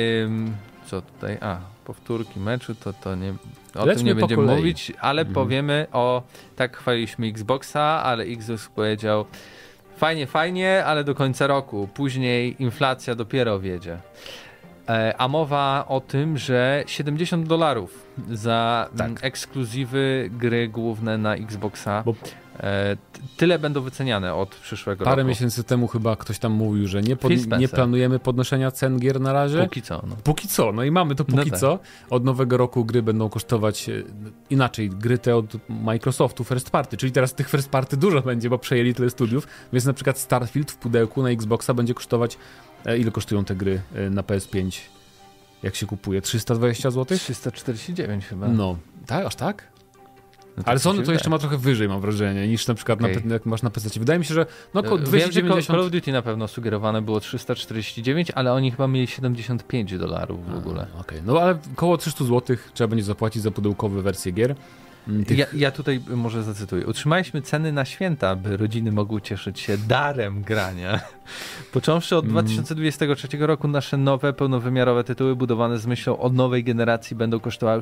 co tutaj? Powtórki meczu, to nie... O tym nie będziemy mówić, ale powiemy tak chwaliliśmy Xboxa, ale Xbox powiedział fajnie, ale do końca roku. Później inflacja dopiero wiedzie. A mowa o tym, że $70 za ekskluzywy gry główne na Xboxa. Tyle będą wyceniane od przyszłego roku. Parę miesięcy temu chyba ktoś tam mówił, że nie planujemy podnoszenia cen gier na razie. Póki co. No i mamy to póki co. Od nowego roku gry będą kosztować inaczej. Gry te od Microsoftu First Party, czyli teraz tych First Party dużo będzie, bo przejęli tyle studiów, więc na przykład Starfield w pudełku na Xboxa będzie kosztować... Ile kosztują te gry na PS5? Jak się kupuje? 320 zł? 349 chyba. No, tak? Aż tak? No ale Sony to jeszcze ma trochę wyżej, mam wrażenie, niż na przykład jak masz na PC. Wydaje mi się, że około 290... Call of Duty na pewno sugerowane było 349, ale oni chyba mieli $75 w ogóle. Okej. No ale około 300 zł trzeba będzie zapłacić za pudełkowe wersje gier. Ja tutaj może zacytuję. Utrzymaliśmy ceny na święta, by rodziny mogły cieszyć się darem grania. Począwszy od 2023 roku nasze nowe, pełnowymiarowe tytuły budowane z myślą o nowej generacji będą kosztowały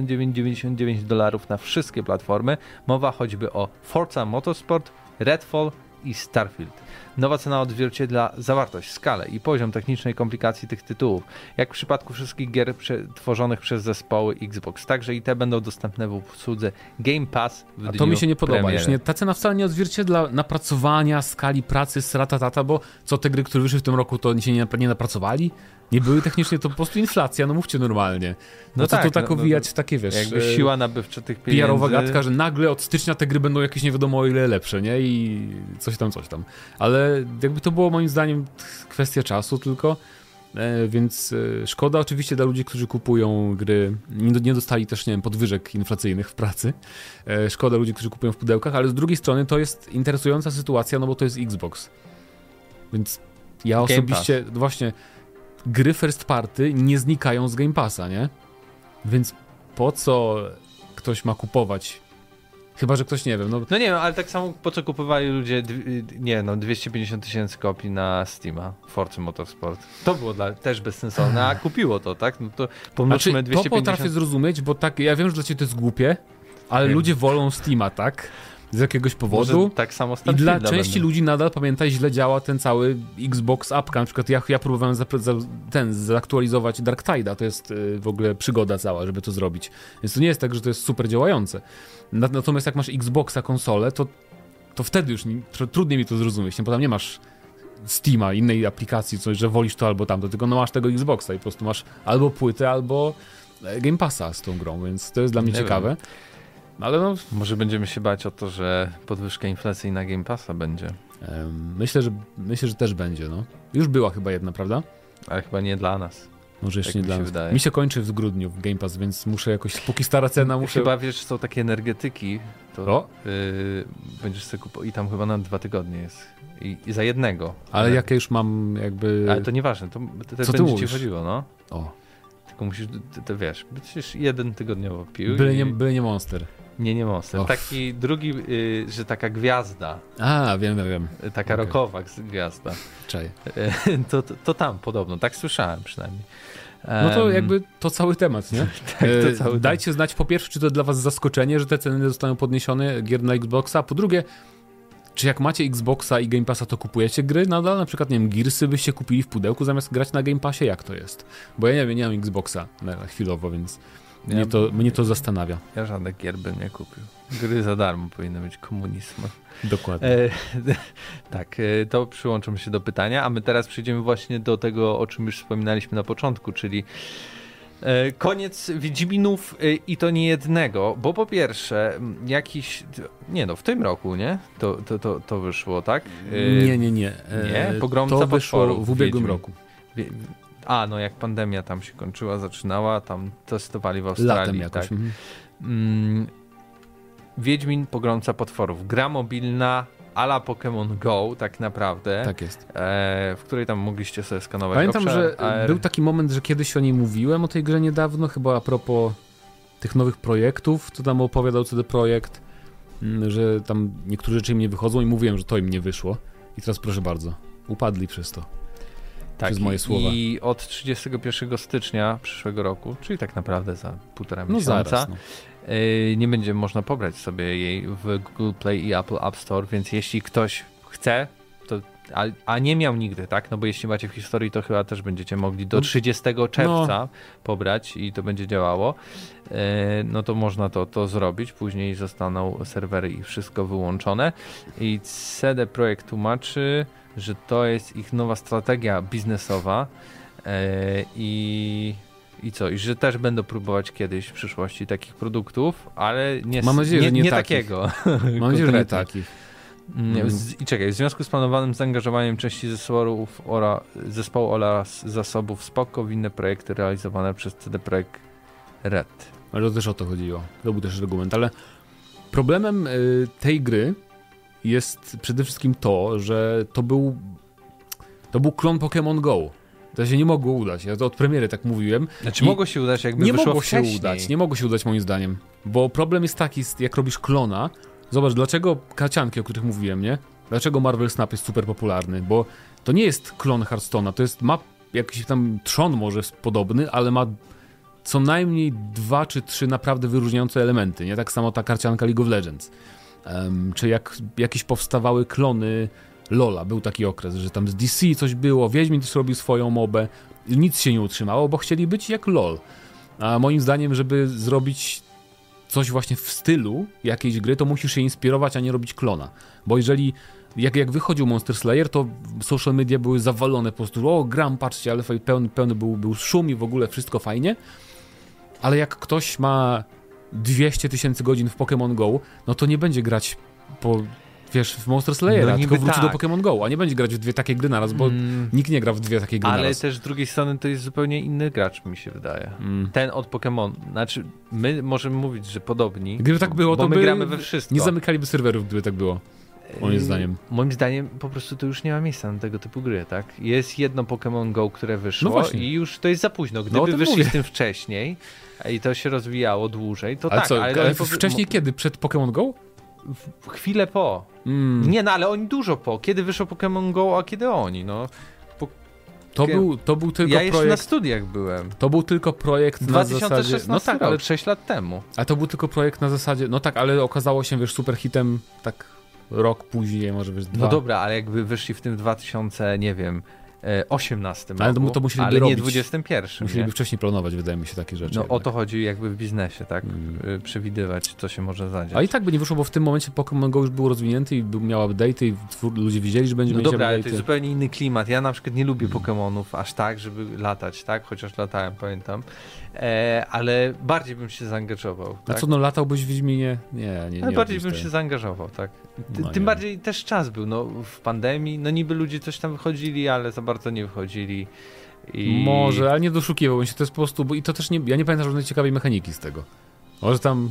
$69,99 na wszystkie platformy. Mowa choćby o Forza Motorsport, Redfall i Starfield. Nowa cena odzwierciedla zawartość, skalę i poziom technicznej komplikacji tych tytułów, jak w przypadku wszystkich gier tworzonych przez zespoły Xbox. Także i te będą dostępne w obsłudze Game Pass w dniu A to mi się nie podoba. premiery. Już ta cena wcale nie odzwierciedla napracowania, skali pracy, sratatata, bo co te gry, które wyszły w tym roku, to się nie napracowali? Nie były technicznie, to po prostu inflacja, no mówcie normalnie. No co tu tak owijać w takie, wiesz... Jakby siła nabywcza tych pieniędzy... PR-owa gadka, że nagle od stycznia te gry będą jakieś nie wiadomo o ile lepsze, nie? I coś tam. Ale jakby to było moim zdaniem kwestia czasu tylko, więc szkoda oczywiście dla ludzi, którzy kupują gry, nie dostali też, nie wiem, podwyżek inflacyjnych w pracy. Szkoda ludzi, którzy kupują w pudełkach, ale z drugiej strony to jest interesująca sytuacja, no bo to jest Xbox. Więc ja osobiście, właśnie, gry first party nie znikają z Game Passa, nie? Więc po co ktoś ma kupować? Chyba, że ktoś nie wiem. No nie wiem, ale tak samo po co kupowali ludzie 250 000 kopii na Steama, Forza Motorsport. To było też bezsensowne, a kupiło to, tak? No to pomnożymy znaczy, 250... To potrafię zrozumieć, bo tak, ja wiem, że dla ciebie to jest głupie, ale ludzie wolą Steama, tak? Z jakiegoś powodu. Może tak samo i dla części ludzi nadal, pamiętaj, źle działa ten cały Xbox Appka. Na przykład ja próbowałem zaktualizować Dark Tide'a. To jest w ogóle przygoda cała, żeby to zrobić. Więc to nie jest tak, że to jest super działające. Natomiast jak masz Xboxa konsolę, to wtedy już trudniej mi to zrozumieć, bo tam nie masz Steama, innej aplikacji, coś, że wolisz to albo tamto, tylko masz tego Xboxa i po prostu masz albo płytę, albo Game Passa z tą grą, więc to jest dla mnie ciekawe. Wiem. Ale no, może będziemy się bać o to, że podwyżka inflacji na Game Passa będzie. Myślę, że też będzie, no. Już była chyba jedna, prawda? Ale chyba nie dla nas. Może jeszcze nie dla nas. Mi się kończy w grudniu w Game Pass, więc muszę jakoś, póki stara cena, muszę... Chyba, wiesz, są takie energetyki, to będziesz sobie kupował i tam chyba na 2 tygodnie jest. I za jednego. Ale jakie już mam jakby... Ale to nieważne, to co będzie ci chodziło, no. O. Tylko musisz, to wiesz, przecież 1 tygodniowo pił. Byle nie Monster. Nie Monster. Taki drugi, że taka gwiazda. A, wiem. Taka rockowa gwiazda. Czaj. To tam podobno, tak słyszałem przynajmniej. No to jakby to cały temat, nie? Tak, to cały Dajcie znać po pierwsze, czy to dla was zaskoczenie, że te ceny zostaną podniesione gier na Xboxa, po drugie, czy jak macie Xboxa i Game Passa, to kupujecie gry nadal? Na przykład, nie wiem, Gearsy byście kupili w pudełku zamiast grać na Game Passie? Jak to jest? Bo ja nie mam Xboxa chwilowo, więc mnie to zastanawia. Ja żadnych gier bym nie kupił. Gry za darmo powinny być komunizmem. Dokładnie. Tak, to przyłączymy się do pytania, a my teraz przejdziemy właśnie do tego, o czym już wspominaliśmy na początku, czyli koniec Wiedźminów i to nie jednego, bo po pierwsze w tym roku, nie? To wyszło, tak? Nie. Pogromca to wyszło potworów, w ubiegłym roku. No jak pandemia tam się kończyła, zaczynała, tam testowali w Australii. Latem jakoś. Tak. Wiedźmin, Pogromca potworów. Gra mobilna a la Pokémon Go tak naprawdę. Tak jest. W której tam mogliście sobie skanować Pamiętam, obszar, że był taki moment, że kiedyś o niej mówiłem, o tej grze niedawno, chyba a propos tych nowych projektów, co tam opowiadał CD Projekt, że tam niektóre rzeczy im nie wychodzą i mówiłem, że to im nie wyszło. I teraz proszę bardzo, upadli przez to. Tak, przez moje słowa. I od 31 stycznia przyszłego roku, czyli tak naprawdę za 1,5 miesiąca, zaraz, nie będzie można pobrać sobie jej w Google Play i Apple App Store, więc jeśli ktoś chce, to, a nie miał nigdy, tak? No bo jeśli macie w historii, to chyba też będziecie mogli do 30 czerwca pobrać i to będzie działało, no to można to zrobić. Później zostaną serwery i wszystko wyłączone. I CD Projekt tłumaczy, że to jest ich nowa strategia biznesowa i co? I że też będą próbować kiedyś w przyszłości takich produktów, ale mam nadzieję, że nie takiego. Mam nadzieję, że nie takich. I czekaj, w związku z planowanym zaangażowaniem części zespołu oraz zasobów Spoko w inne projekty realizowane przez CD Projekt Red. Ale to też o to chodziło. To był też argument, ale problemem tej gry jest przede wszystkim to, że to był klon Pokémon Go. To się nie mogło udać. Ja to od premiery tak mówiłem. Znaczy mogło się udać, jakby wyszło wcześniej. Nie mogło się udać moim zdaniem. Bo problem jest taki, jak robisz klona. Zobacz, dlaczego karcianki, o których mówiłem, nie? Dlaczego Marvel Snap jest super popularny? Bo to nie jest klon Hearthstone'a. To jest, ma jakiś tam trzon może podobny, ale ma co najmniej 2 czy 3 naprawdę wyróżniające elementy, nie? Tak samo ta karcianka League of Legends. Czy jak jakieś powstawały klony LoL'a, był taki okres, że tam z DC coś było, Wiedźmin też robił swoją mobę i nic się nie utrzymało, bo chcieli być jak LoL. A moim zdaniem, żeby zrobić coś właśnie w stylu jakiejś gry, to musisz się inspirować, a nie robić klona. Bo jeżeli, jak wychodził Monster Slayer, to social media były zawalone po prostu, gram, patrzcie, ale pełny był szum i w ogóle wszystko fajnie. Ale jak ktoś ma 200 000 godzin w Pokémon Go, no to nie będzie grać w Monster Slayera, tylko wróci do Pokémon Go, a nie będzie grać w 2 takie gry naraz, bo nikt nie gra w 2 takie gry naraz. Ale też z drugiej strony to jest zupełnie inny gracz, mi się wydaje. Ten od Pokémon. Znaczy, my możemy mówić, że podobni, gdyby tak było, bo to my gramy we wszystko. Nie zamykaliby serwerów, gdyby tak było. Moim zdaniem po prostu to już nie ma miejsca na tego typu gry, tak? Jest jedno Pokémon Go, które wyszło i już to jest za późno. Gdyby wyszli z tym wcześniej i to się rozwijało dłużej, to tak. Ale wcześniej kiedy? Przed Pokémon Go? Chwilę po. Nie, ale oni dużo po. Kiedy wyszło Pokémon Go, a kiedy oni? To był tylko ja jeszcze projekt... na studiach byłem. To był tylko projekt na 2016 zasadzie... No tak, ale 6 lat temu. A to był tylko projekt na zasadzie... No tak, ale okazało się, wiesz, super hitem tak rok później, może wiesz, 2. No dobra, ale jakby wyszli w tym 2000, nie wiem, 18 ale roku, to musieliby ale robić. Nie 21. Musieliby nie? wcześniej planować, wydaje mi się, takie rzeczy. No jednak. o to chodzi jakby w biznesie, tak? Przewidywać, co się może zadziać. A i tak by nie wyszło, bo w tym momencie Pokémon Go już był rozwinięty i miał update'y i ludzie wiedzieli, że będzie mieć dobra, ale update'y. to jest zupełnie inny klimat. Ja na przykład nie lubię Pokémonów aż tak, żeby latać, tak? Chociaż latałem, pamiętam. Ale bardziej bym się zaangażował. A tak? co, latał byś w Wiedźminie? Nie. Ale bardziej bym się zaangażował, tak. Tym bardziej też czas był, w pandemii, niby ludzie coś tam wychodzili, ale za bardzo nie wychodzili. Może, ale nie doszukiwałbym się, to jest po prostu, bo i to też nie, ja nie pamiętam żadnej ciekawej mechaniki z tego. Może tam,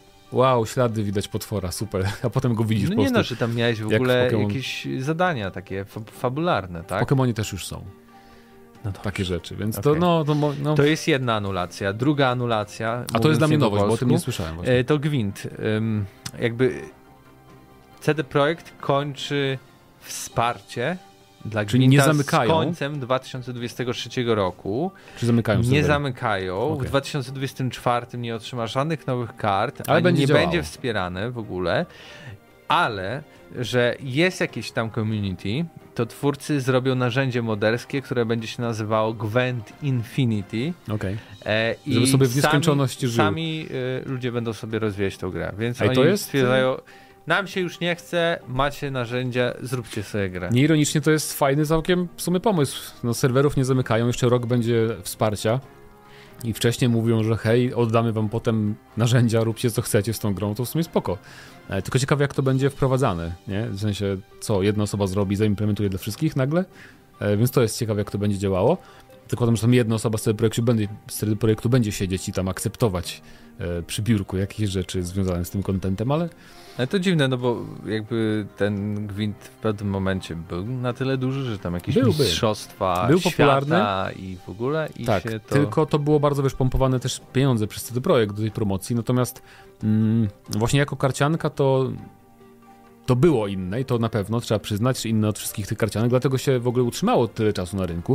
ślady widać potwora, super, a potem go widzisz po prostu. Że tam miałeś w ogóle jakieś zadania takie fabularne, tak? W Pokemonie też już są. Takie rzeczy, więc okay. To jest jedna anulacja. Druga anulacja... A to jest dla mnie nowość, bo o tym nie słyszałem właśnie. To Gwint. Jakby CD Projekt kończy wsparcie dla Czyli nie Gwinta zamykają. Z końcem 2023 roku. Czy zamykają serwery? Nie zamykają. Okay. W 2024 nie otrzyma żadnych nowych kart, ale ani nie będzie wspierane w ogóle. Ale, że jest jakieś tam community, to twórcy zrobią narzędzie moderskie, które będzie się nazywało Gwent Infinity. Okay. Żeby sobie w nieskończoności żył. Sami ludzie będą sobie rozwijać tą grę. Więc oni stwierdzają, nam się już nie chce, macie narzędzia, zróbcie sobie grę. Nieironicznie to jest fajny całkiem w sumie pomysł. Serwerów nie zamykają, jeszcze rok będzie wsparcia. I wcześniej mówią, że hej, oddamy wam potem narzędzia, róbcie co chcecie z tą grą, to w sumie spoko. Tylko ciekawe, jak to będzie wprowadzane, nie? W sensie, co jedna osoba zrobi, zaimplementuje dla wszystkich nagle, więc to jest ciekawe, jak to będzie działało. Tylko tam, że tam jedna osoba z tego projektu będzie siedzieć i tam akceptować przy biurku jakieś rzeczy związane z tym contentem, ale to dziwne, bo jakby ten Gwint w pewnym momencie był na tyle duży, że tam jakieś mistrzostwa był świata popularny i w ogóle i tak, się to... tylko to było bardzo pompowane też pieniądze przez ten projekt do tej promocji, natomiast właśnie jako karcianka to było inne i to na pewno trzeba przyznać, inne od wszystkich tych karcianek, dlatego się w ogóle utrzymało tyle czasu na rynku,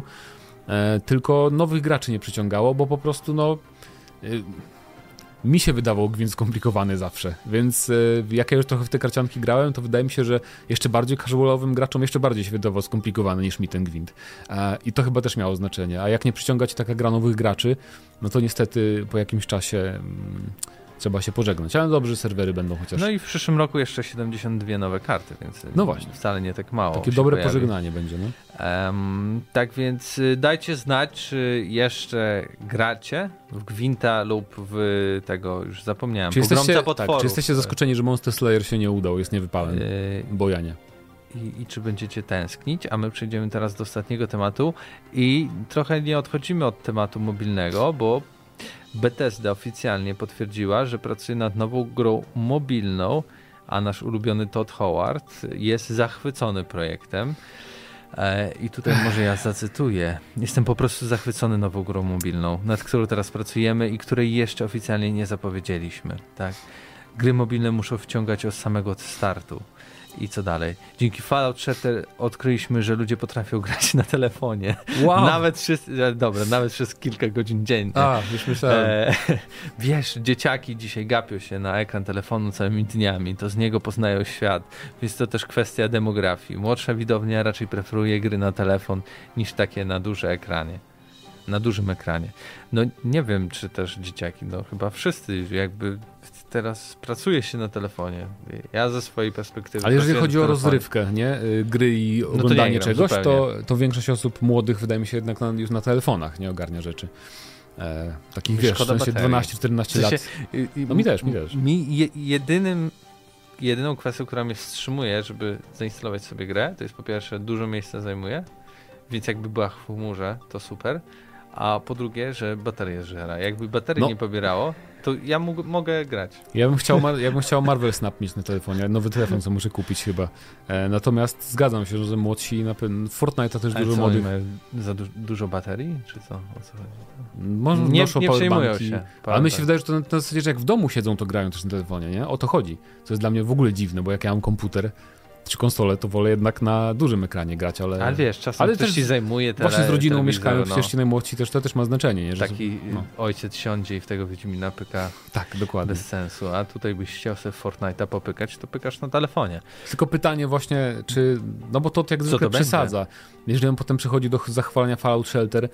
tylko nowych graczy nie przyciągało, bo po prostu mi się wydawał Gwint skomplikowany zawsze, więc jak ja już trochę w te karcianki grałem, to wydaje mi się, że jeszcze bardziej casualowym graczom jeszcze bardziej się wydawał skomplikowany niż mi ten Gwint. I to chyba też miało znaczenie. A jak nie przyciąga ci taka gra nowych graczy, no to niestety po jakimś czasie trzeba się pożegnać. Ale dobrze, serwery będą chociaż... No i w przyszłym roku jeszcze 72 nowe karty, więc właśnie. Wcale nie tak mało. Takie dobre pożegnanie będzie, no. Tak więc dajcie znać, czy jeszcze gracie w Gwinta lub w tego, już zapomniałem, Pogromca Potworów. Czy jesteście zaskoczeni, że Monster Slayer się nie udał, jest niewypałem, bo ja nie. I czy będziecie tęsknić, a my przejdziemy teraz do ostatniego tematu i trochę nie odchodzimy od tematu mobilnego, bo Bethesda oficjalnie potwierdziła, że pracuje nad nową grą mobilną, a nasz ulubiony Todd Howard jest zachwycony projektem. I tutaj może ja zacytuję. Jestem po prostu zachwycony nową grą mobilną, nad którą teraz pracujemy i której jeszcze oficjalnie nie zapowiedzieliśmy. Tak? Gry mobilne muszą wciągać od samego startu. I co dalej? Dzięki Fallout Shelter odkryliśmy, że ludzie potrafią grać na telefonie. Wow. Nawet przez kilka godzin dziennie. Już myślałem. Wiesz, dzieciaki dzisiaj gapią się na ekran telefonu całymi dniami, to z niego poznają świat, więc to też kwestia demografii. Młodsza widownia raczej preferuje gry na telefon niż takie na dużym ekranie. No nie wiem, czy też dzieciaki, chyba wszyscy jakby teraz pracuje się na telefonie. Ja ze swojej perspektywy... Ale jeżeli chodzi o rozrywkę, nie? Gry i oglądanie czegoś, to większość osób młodych, wydaje mi się, jednak już na telefonach nie ogarnia rzeczy. Takich, wiesz, w sensie 12-14 lat. No mi też. Jedyną kwestią, która mnie wstrzymuje, żeby zainstalować sobie grę, to jest po pierwsze dużo miejsca zajmuje, więc jakby była w chmurze, to super. A po drugie, że bateria żera. Jakby baterii nie pobierało, to ja mogę grać. Ja bym chciał Marvel Snap mieć na telefonie, nowy telefon, co muszę kupić chyba. Natomiast zgadzam się, że młodsi na pewno... Fortnite'a też dużo młodych... Za dużo baterii, czy co? O co chodzi? Może nie przejmują się. Ale mi się wydaje, że to na zasadzie, że jak w domu siedzą, to grają też na telefonie, nie? O to chodzi. Co jest dla mnie w ogóle dziwne, bo jak ja mam komputer czy konsolę, to wolę jednak na dużym ekranie grać, ale wiesz, czasem też ci zajmuje właśnie z rodziną mieszkają, przecież ci najmłodsi też, to też ma znaczenie, nie? Że taki ojciec siądzie i w tego Wiedźmina pyka. Tak, dokładnie. Bez sensu, a tutaj byś chciał sobie Fortnite'a popykać, to pykasz na telefonie. Tylko pytanie właśnie, czy, no bo to jak zwykle przesadza. Jeżeli on potem przechodzi do zachwalania Fallout Shelter,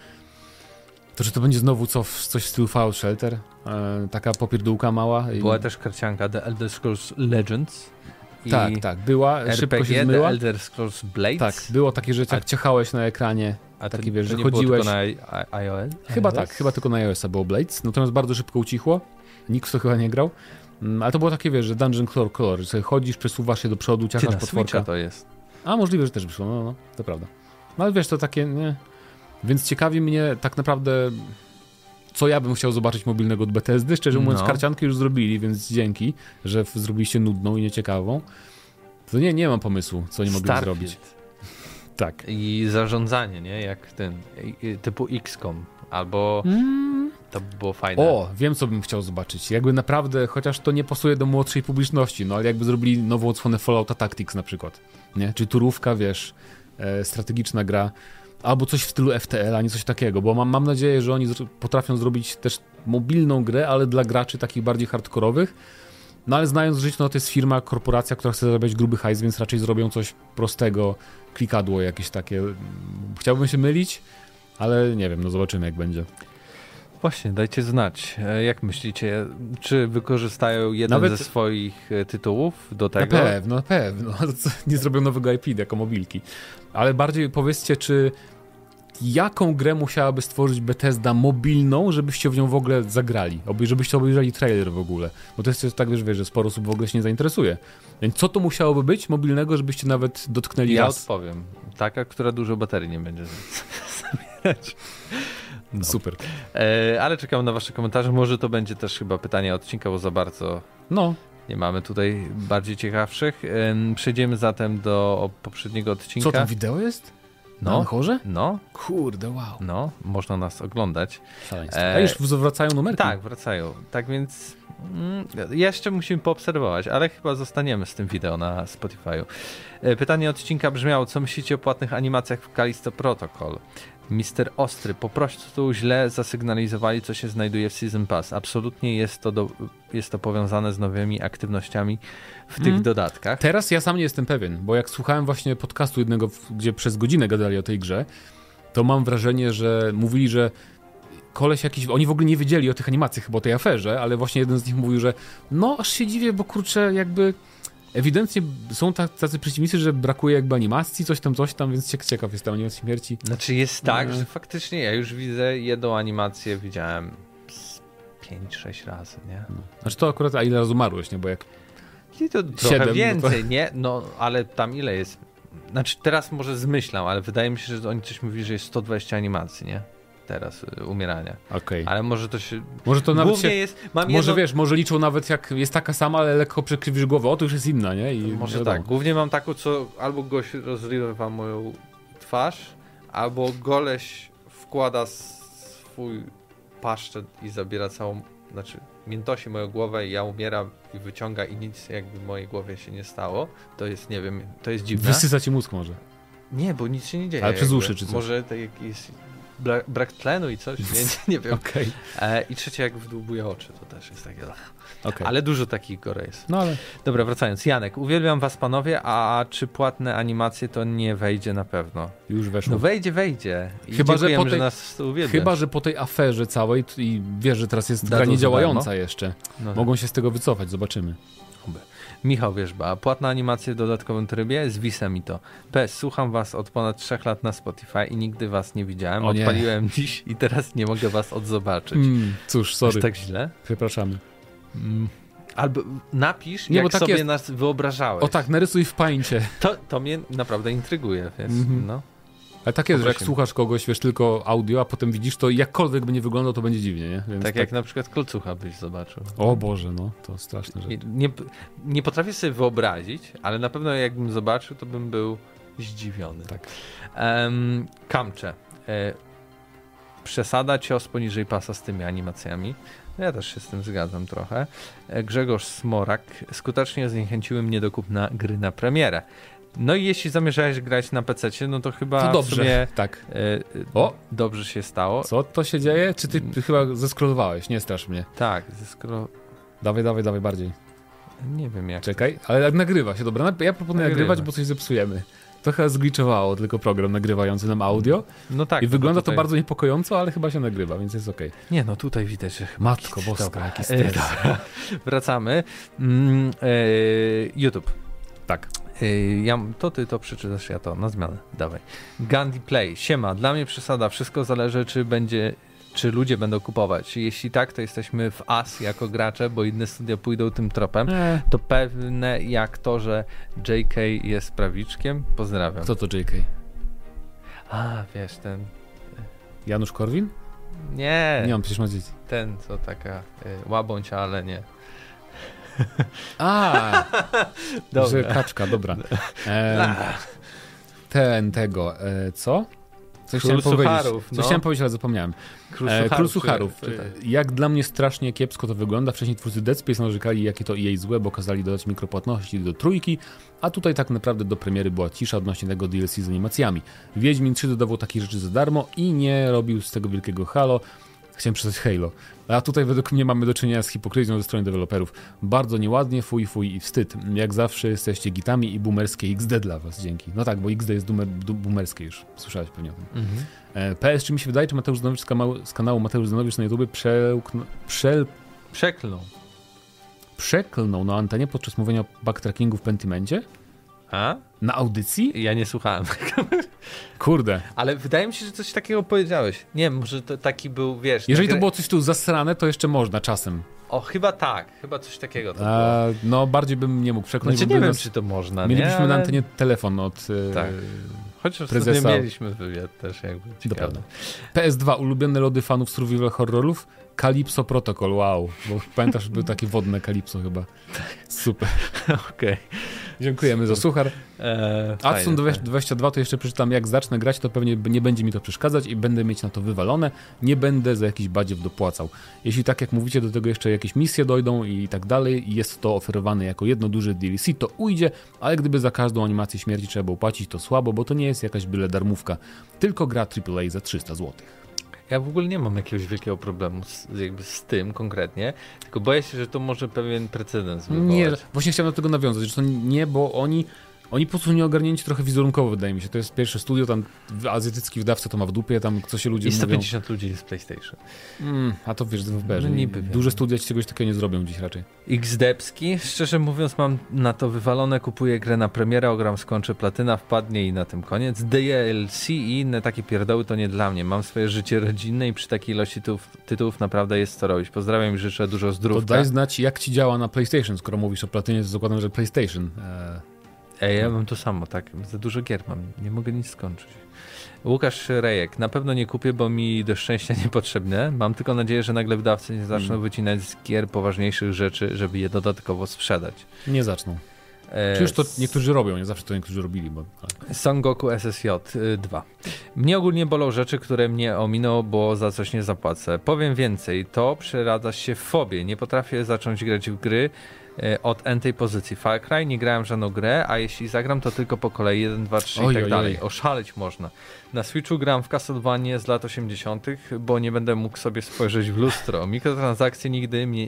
to czy to będzie znowu coś w stylu Fallout Shelter? Taka popierdółka mała? Była też karcianka The Elder Scrolls Legends. Tak, była, RPG, szybko się zmyła. The Elder Scrolls Blades. Tak, było takie, że jak ciachałeś na ekranie, a to, taki wiesz, to że nie chodziłeś... było tylko na iOS? Chyba tak, chyba tylko na iOS-a było Blades, natomiast bardzo szybko ucichło, nikt to chyba nie grał, ale to było takie, wiesz, że Dungeon Crawl, że sobie chodzisz, przesuwasz się do przodu, ciachasz potworka. To jest. A możliwe, że też wyszło, no, to prawda. No ale wiesz, to takie, nie... Więc ciekawi mnie tak naprawdę... Co ja bym chciał zobaczyć mobilnego od Bethesdy. Szczerze mówiąc, karcianki już zrobili, więc dzięki, że zrobiliście nudną i nieciekawą. To nie mam pomysłu, co oni mogli zrobić. Tak. I zarządzanie, nie? Jak ten, typu XCOM, albo to by było fajne. O, wiem, co bym chciał zobaczyć. Jakby naprawdę, chociaż to nie pasuje do młodszej publiczności, no ale jakby zrobili nową odsłonę Fallouta Tactics na przykład, nie? Czy turówka, wiesz, strategiczna gra, albo coś w stylu FTL, a nie coś takiego, bo mam nadzieję, że oni potrafią zrobić też mobilną grę, ale dla graczy takich bardziej hardkorowych. No ale znając życie, no to jest firma, korporacja, która chce zarabiać gruby hajs, więc raczej zrobią coś prostego, klikadło jakieś takie. Chciałbym się mylić, ale nie wiem, no zobaczymy jak będzie. Właśnie, dajcie znać. Jak myślicie, czy wykorzystają jeden ze swoich tytułów do tego? Na pewno. Nie zrobią nowego IP jako mobilki. Ale bardziej powiedzcie, czy jaką grę musiałaby stworzyć Bethesda mobilną, żebyście w nią w ogóle zagrali? Żebyście obejrzeli trailer w ogóle. Bo to jest tak, wiesz, że sporo osób w ogóle się nie zainteresuje. Więc co to musiałoby być mobilnego, żebyście nawet dotknęli raz? Ja odpowiem. Taka, która dużo baterii nie będzie zabierać. No. Super. Ale czekam na wasze komentarze. Może to będzie też chyba pytanie odcinka, bo za bardzo nie mamy tutaj bardziej ciekawszych. Przejdziemy zatem do poprzedniego odcinka. Co tam wideo jest? Na Anchorze? No. Kurde, wow. No, można nas oglądać. A już wracają numerki? Tak, wracają. Tak więc jeszcze musimy poobserwować, ale chyba zostaniemy z tym wideo na Spotify'u. Pytanie odcinka brzmiało, co myślicie o płatnych animacjach w Callisto Protocol? Mister Ostry, po prostu źle zasygnalizowali, co się znajduje w Season Pass. Absolutnie jest to powiązane z nowymi aktywnościami w tych dodatkach. Teraz ja sam nie jestem pewien, bo jak słuchałem właśnie podcastu jednego, gdzie przez godzinę gadali o tej grze, to mam wrażenie, że mówili, że koleś jakiś, oni w ogóle nie wiedzieli o tych animacjach, chyba o tej aferze, ale właśnie jeden z nich mówił, że no aż się dziwię, bo kurczę jakby ewidentnie są tacy przeciwnicy, że brakuje jakby animacji, coś tam, więc ciekaw jestem animacji śmierci. Znaczy jest tak, że faktycznie ja już widzę jedną animację, widziałem 5-6 razy, nie? Znaczy to akurat, a ile razy umarłeś, nie? Bo jak i to trochę więcej, nie? No, ale tam ile jest? Znaczy teraz może zmyślam, ale wydaje mi się, że oni coś mówili, że jest 120 animacji, nie? Teraz umierania. Okay. Ale może to się... Może to nawet się... jest... Może wiesz, może liczą nawet jak jest taka sama, ale lekko przekrzywisz głowę, o to już jest inna, nie? I może wiadomo. Tak. Głównie mam taką, co albo gość rozrywa moją twarz, albo goleś wkłada swój paszczet i zabiera całą... Znaczy, miętosi moją głowę i ja umieram i wyciąga i nic jakby w mojej głowie się nie stało. To jest, nie wiem, to jest dziwne. Wysysa ci mózg może. Nie, bo nic się nie dzieje. Ale przez uszy czy coś? Może tak jakiś brak tlenu i coś, nie wiem. Okay. I trzecie, jak wydłubuje oczy, to też jest takie... Okay. Ale dużo takich gore jest. No ale... Dobra, wracając. Janek, uwielbiam was panowie, a czy płatne animacje to nie wejdzie na pewno? Już weszło. No wejdzie. I chyba, że po tej aferze całej i wiesz, że teraz jest gra niedziałająca jeszcze. No mogą się z tego wycofać, zobaczymy. Michał Wierzba, płatna animacje w dodatkowym trybie? Zwisa mi to. Słucham was od ponad 3 lat na Spotify i nigdy was nie widziałem. Odpaliłem dziś i teraz nie mogę was odzobaczyć. Cóż, sorry. Jest tak źle? Przepraszamy. Albo napisz, jak tak sobie nas wyobrażałeś. O tak, narysuj w Paincie. To mnie naprawdę intryguje, więc no. Ale tak jest, że jak słuchasz kogoś, wiesz, tylko audio, a potem widzisz to, jakkolwiek by nie wyglądał, to będzie dziwnie, nie? Więc tak jak na przykład Kolcucha byś zobaczył. O Boże, no, to straszne rzeczy. Nie potrafię sobie wyobrazić, ale na pewno jakbym zobaczył, to bym był zdziwiony. Tak. Kamcze. Przesada, cios poniżej pasa z tymi animacjami. Ja też się z tym zgadzam trochę. Grzegorz Smorak. Skutecznie zniechęciły mnie do kupna gry na premierę. No i jeśli zamierzałeś grać na PC-cie, no to chyba to dobrze, w sumie tak. Dobrze się stało. Co to się dzieje? Czy ty chyba zeskrolowałeś? Nie strasz mnie. Tak, Dawaj bardziej. Nie wiem jak. Czekaj, ale nagrywa się, dobra. Ja proponuję nagrywać, bo coś zepsujemy. Trochę zgliczowało tylko program nagrywający nam audio. No tak. I wygląda to bardzo niepokojąco, ale chyba się nagrywa, więc jest okej. Nie, no tutaj widać, że chyba... Matko boska, jaki stres. Wracamy. YouTube. Tak. Ty to przeczytasz, ja to na zmianę. Dawaj. Gandhi Play. Siema, dla mnie przesada. Wszystko zależy, czy ludzie będą kupować. Jeśli tak, to jesteśmy w as jako gracze, bo inne studia pójdą tym tropem. To pewne jak to, że JK jest prawiczkiem. Pozdrawiam. Co to JK? A, wiesz, ten... Janusz Korwin? Nie. Nie, on przecież ma dzieci. Ten, co taka łabącia, ale nie. Że kaczka, dobra. Co? Coś chciałem powiedzieć, ale zapomniałem. Król Sucharów. Jak dla mnie strasznie kiepsko to wygląda. Wcześniej twórcy Dead Space narzekali, jakie to EA złe, bo kazali dodać mikropłatności do 3, a tutaj tak naprawdę do premiery była cisza odnośnie tego DLC z animacjami. Wiedźmin 3 dodawał takich rzeczy za darmo i nie robił z tego wielkiego halo. Chciałem przeczytać Halo. A tutaj według mnie mamy do czynienia z hipokryzją ze strony deweloperów. Bardzo nieładnie, fuj i wstyd. Jak zawsze jesteście gitami i boomerskie XD dla was, dzięki. No tak, bo XD jest boomerskie już. Słyszałeś pewnie o tym. PS, czy mi się wydaje, czy Mateusz Zanowicz z kanału Mateusz Zanowicz na YouTube przeklnął na antenie podczas mówienia o backtrackingu w Pentimencie? A? Na audycji? Ja nie słuchałem. Kurde. Ale wydaje mi się, że coś takiego powiedziałeś. Nie wiem, może to taki był, wiesz... Jeżeli to było coś tu zasrane, to jeszcze można czasem. O, chyba tak. Chyba coś takiego to było. No, bardziej bym nie mógł przekonać. Znaczy, nie wiem, czy to można, mielibyśmy na antenie telefon od Chociaż prezesa. Nie mieliśmy wywiad też, jakby ciekawe. PS2, ulubione lody fanów survival horrorów? Calypso Protocol, wow. Bo pamiętasz, były takie wodne Calypso chyba. Super. Okej. Dziękujemy za suchar. Adson 22 to jeszcze przeczytam, jak zacznę grać, to pewnie nie będzie mi to przeszkadzać i będę mieć na to wywalone. Nie będę za jakiś badziew dopłacał. Jeśli tak jak mówicie, do tego jeszcze jakieś misje dojdą i tak dalej i jest to oferowane jako jedno duże DLC, to ujdzie, ale gdyby za każdą animację śmierci trzeba było płacić, to słabo, bo to nie jest jakaś byle darmówka. Tylko gra AAA za 300 zł. Ja w ogóle nie mam jakiegoś wielkiego problemu z tym konkretnie, tylko boję się, że to może pewien precedens wywołać. Nie, właśnie chciałem do tego nawiązać, że to nie, bo oni po prostu nie ogarnięci trochę wizerunkowo, wydaje mi się. To jest pierwsze studio, tam azjatycki wydawca to ma w dupie, tam co się ludzie mówią. I 150 mówią. ludzi jest PlayStation. A to wiesz, duże studia ci czegoś takiego nie zrobią dziś raczej. Xdepski, szczerze mówiąc mam na to wywalone, kupuję grę na premierę, ogram, skończę, platyna wpadnie i na tym koniec. DLC i inne takie pierdoły to nie dla mnie. Mam swoje życie rodzinne i przy takiej ilości tytułów naprawdę jest co robić. Pozdrawiam i życzę dużo zdrówka. To daj znać, jak ci działa na PlayStation, skoro mówisz o platynie, to zakładam, że PlayStation. Ja mam to samo, tak. Za dużo gier mam. Nie mogę nic skończyć. Łukasz Rejek. Na pewno nie kupię, bo mi do szczęścia niepotrzebne. Mam tylko nadzieję, że nagle wydawcy nie zaczną wycinać z gier poważniejszych rzeczy, żeby je dodatkowo sprzedać. Nie zaczną. Przecież to niektórzy robią, nie zawsze to niektórzy robili. Bo... Son Goku SSJ 2. Mnie ogólnie bolą rzeczy, które mnie ominą, bo za coś nie zapłacę. Powiem więcej, to przeradza się w fobię. Nie potrafię zacząć grać w gry od tej pozycji. Far Cry nie grałem w żadną grę, a jeśli zagram, to tylko po kolei 1, 2, 3 i tak dalej. Oszaleć można. Na Switchu gram w Castlevania z lat 80., bo nie będę mógł sobie spojrzeć w lustro. Mikrotransakcje nigdy mnie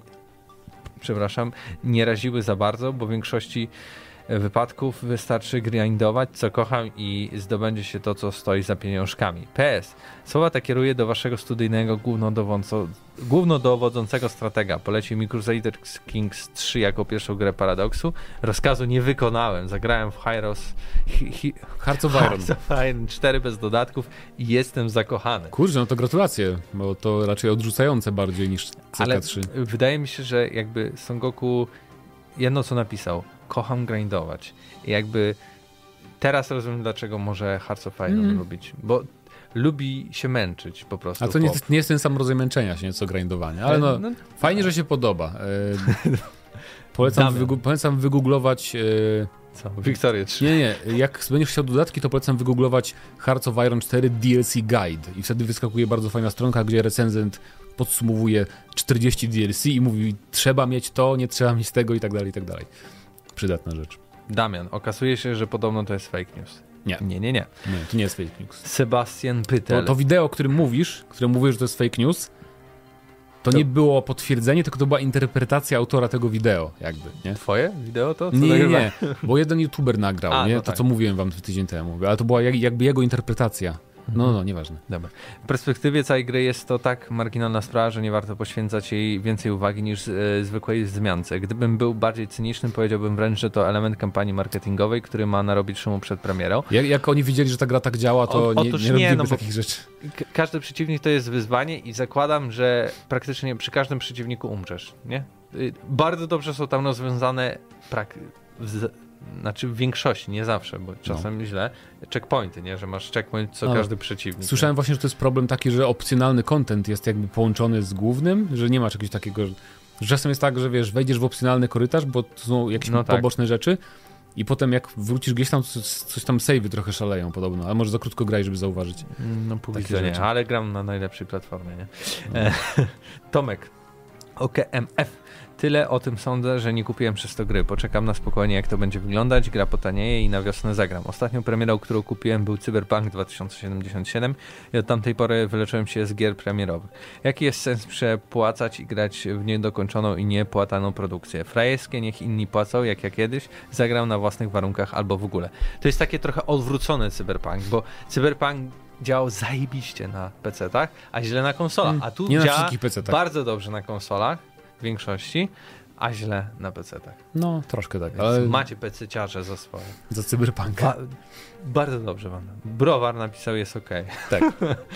nie raziły za bardzo, bo w większości wypadków wystarczy grindować, co kocham i zdobędzie się to, co stoi za pieniążkami. PS. Słowa te kieruję do waszego studyjnego głównodowodzącego stratega. Polecił mi Crusader Kings 3 jako pierwszą grę Paradoxu. Rozkazu nie wykonałem. Zagrałem w Hearts of Iron 4 bez dodatków i jestem zakochany. Kurczę, no to gratulacje, bo to raczej odrzucające bardziej niż CK3. Ale wydaje mi się, że jakby Son Goku jedno co napisał, kocham grindować. I jakby teraz rozumiem, dlaczego może Hearts of Iron lubić, bo lubi się męczyć po prostu. A to nie jest ten sam rodzaj męczenia się, co grindowania, ale fajnie, że się podoba. Polecam wygooglować... Co? Victoria 3. Nie. Jak będziesz chciał dodatki, to polecam wygooglować Hearts of Iron 4 DLC Guide i wtedy wyskakuje bardzo fajna stronka, gdzie recenzent podsumowuje 40 DLC i mówi, trzeba mieć to, nie trzeba mieć tego i tak dalej, i tak dalej. Przydatna rzecz. Damian, okazuje się, że podobno to jest fake news. Nie. Nie, to nie jest fake news. Sebastian Pytel. To wideo, o którym mówisz, że to jest fake news, to nie było potwierdzenie, tylko to była interpretacja autora tego wideo, jakby, nie? Twoje wideo to? Nie, bo jeden youtuber nagrał, nie? No to, tak. co mówiłem wam tydzień temu, ale to była jakby jego interpretacja. No, nieważne. Dobra. W perspektywie całej gry jest to tak marginalna sprawa, że nie warto poświęcać jej więcej uwagi niż zwykłej wzmiance. Gdybym był bardziej cynicznym, powiedziałbym wręcz, że to element kampanii marketingowej, który ma narobić szumu przed premierą. Jak oni widzieli, że ta gra tak działa, to nie robiliby takich rzeczy. Każdy przeciwnik to jest wyzwanie i zakładam, że praktycznie przy każdym przeciwniku umrzesz, nie? Bardzo dobrze są tam rozwiązane w większości, nie zawsze, bo czasem źle, checkpointy, nie? Że masz checkpoint każdy przeciwnik. Słyszałem właśnie, że to jest problem taki, że opcjonalny content jest jakby połączony z głównym, że nie ma czegoś takiego, że czasem jest tak, że wiesz, wejdziesz w opcjonalny korytarz, bo to są jakieś poboczne rzeczy i potem jak wrócisz gdzieś tam, coś tam save'y trochę szaleją podobno, ale może za krótko graj, żeby zauważyć. No póki co nie, ale gram na najlepszej platformie, nie? Tomek, OKMF. Tyle o tym sądzę, że nie kupiłem przez to gry. Poczekam na spokojnie, jak to będzie wyglądać. Gra potanieje i na wiosnę zagram. Ostatnią premierą, którą kupiłem, był Cyberpunk 2077 i od tamtej pory wyleczyłem się z gier premierowych. Jaki jest sens przepłacać i grać w niedokończoną i niepłataną produkcję? Frajerskie niech inni płacą, jak ja kiedyś. Zagram na własnych warunkach albo w ogóle. To jest takie trochę odwrócone Cyberpunk, bo Cyberpunk działał zajebiście na PC-tach, a źle na konsolach. A tu działa bardzo dobrze na konsolach. W większości, a źle na PC-tach. No, troszkę tak. Ale macie PC-ciarze za swoje. Za Cyberpunka. Bardzo dobrze wam. Browar napisał, jest okej. Tak.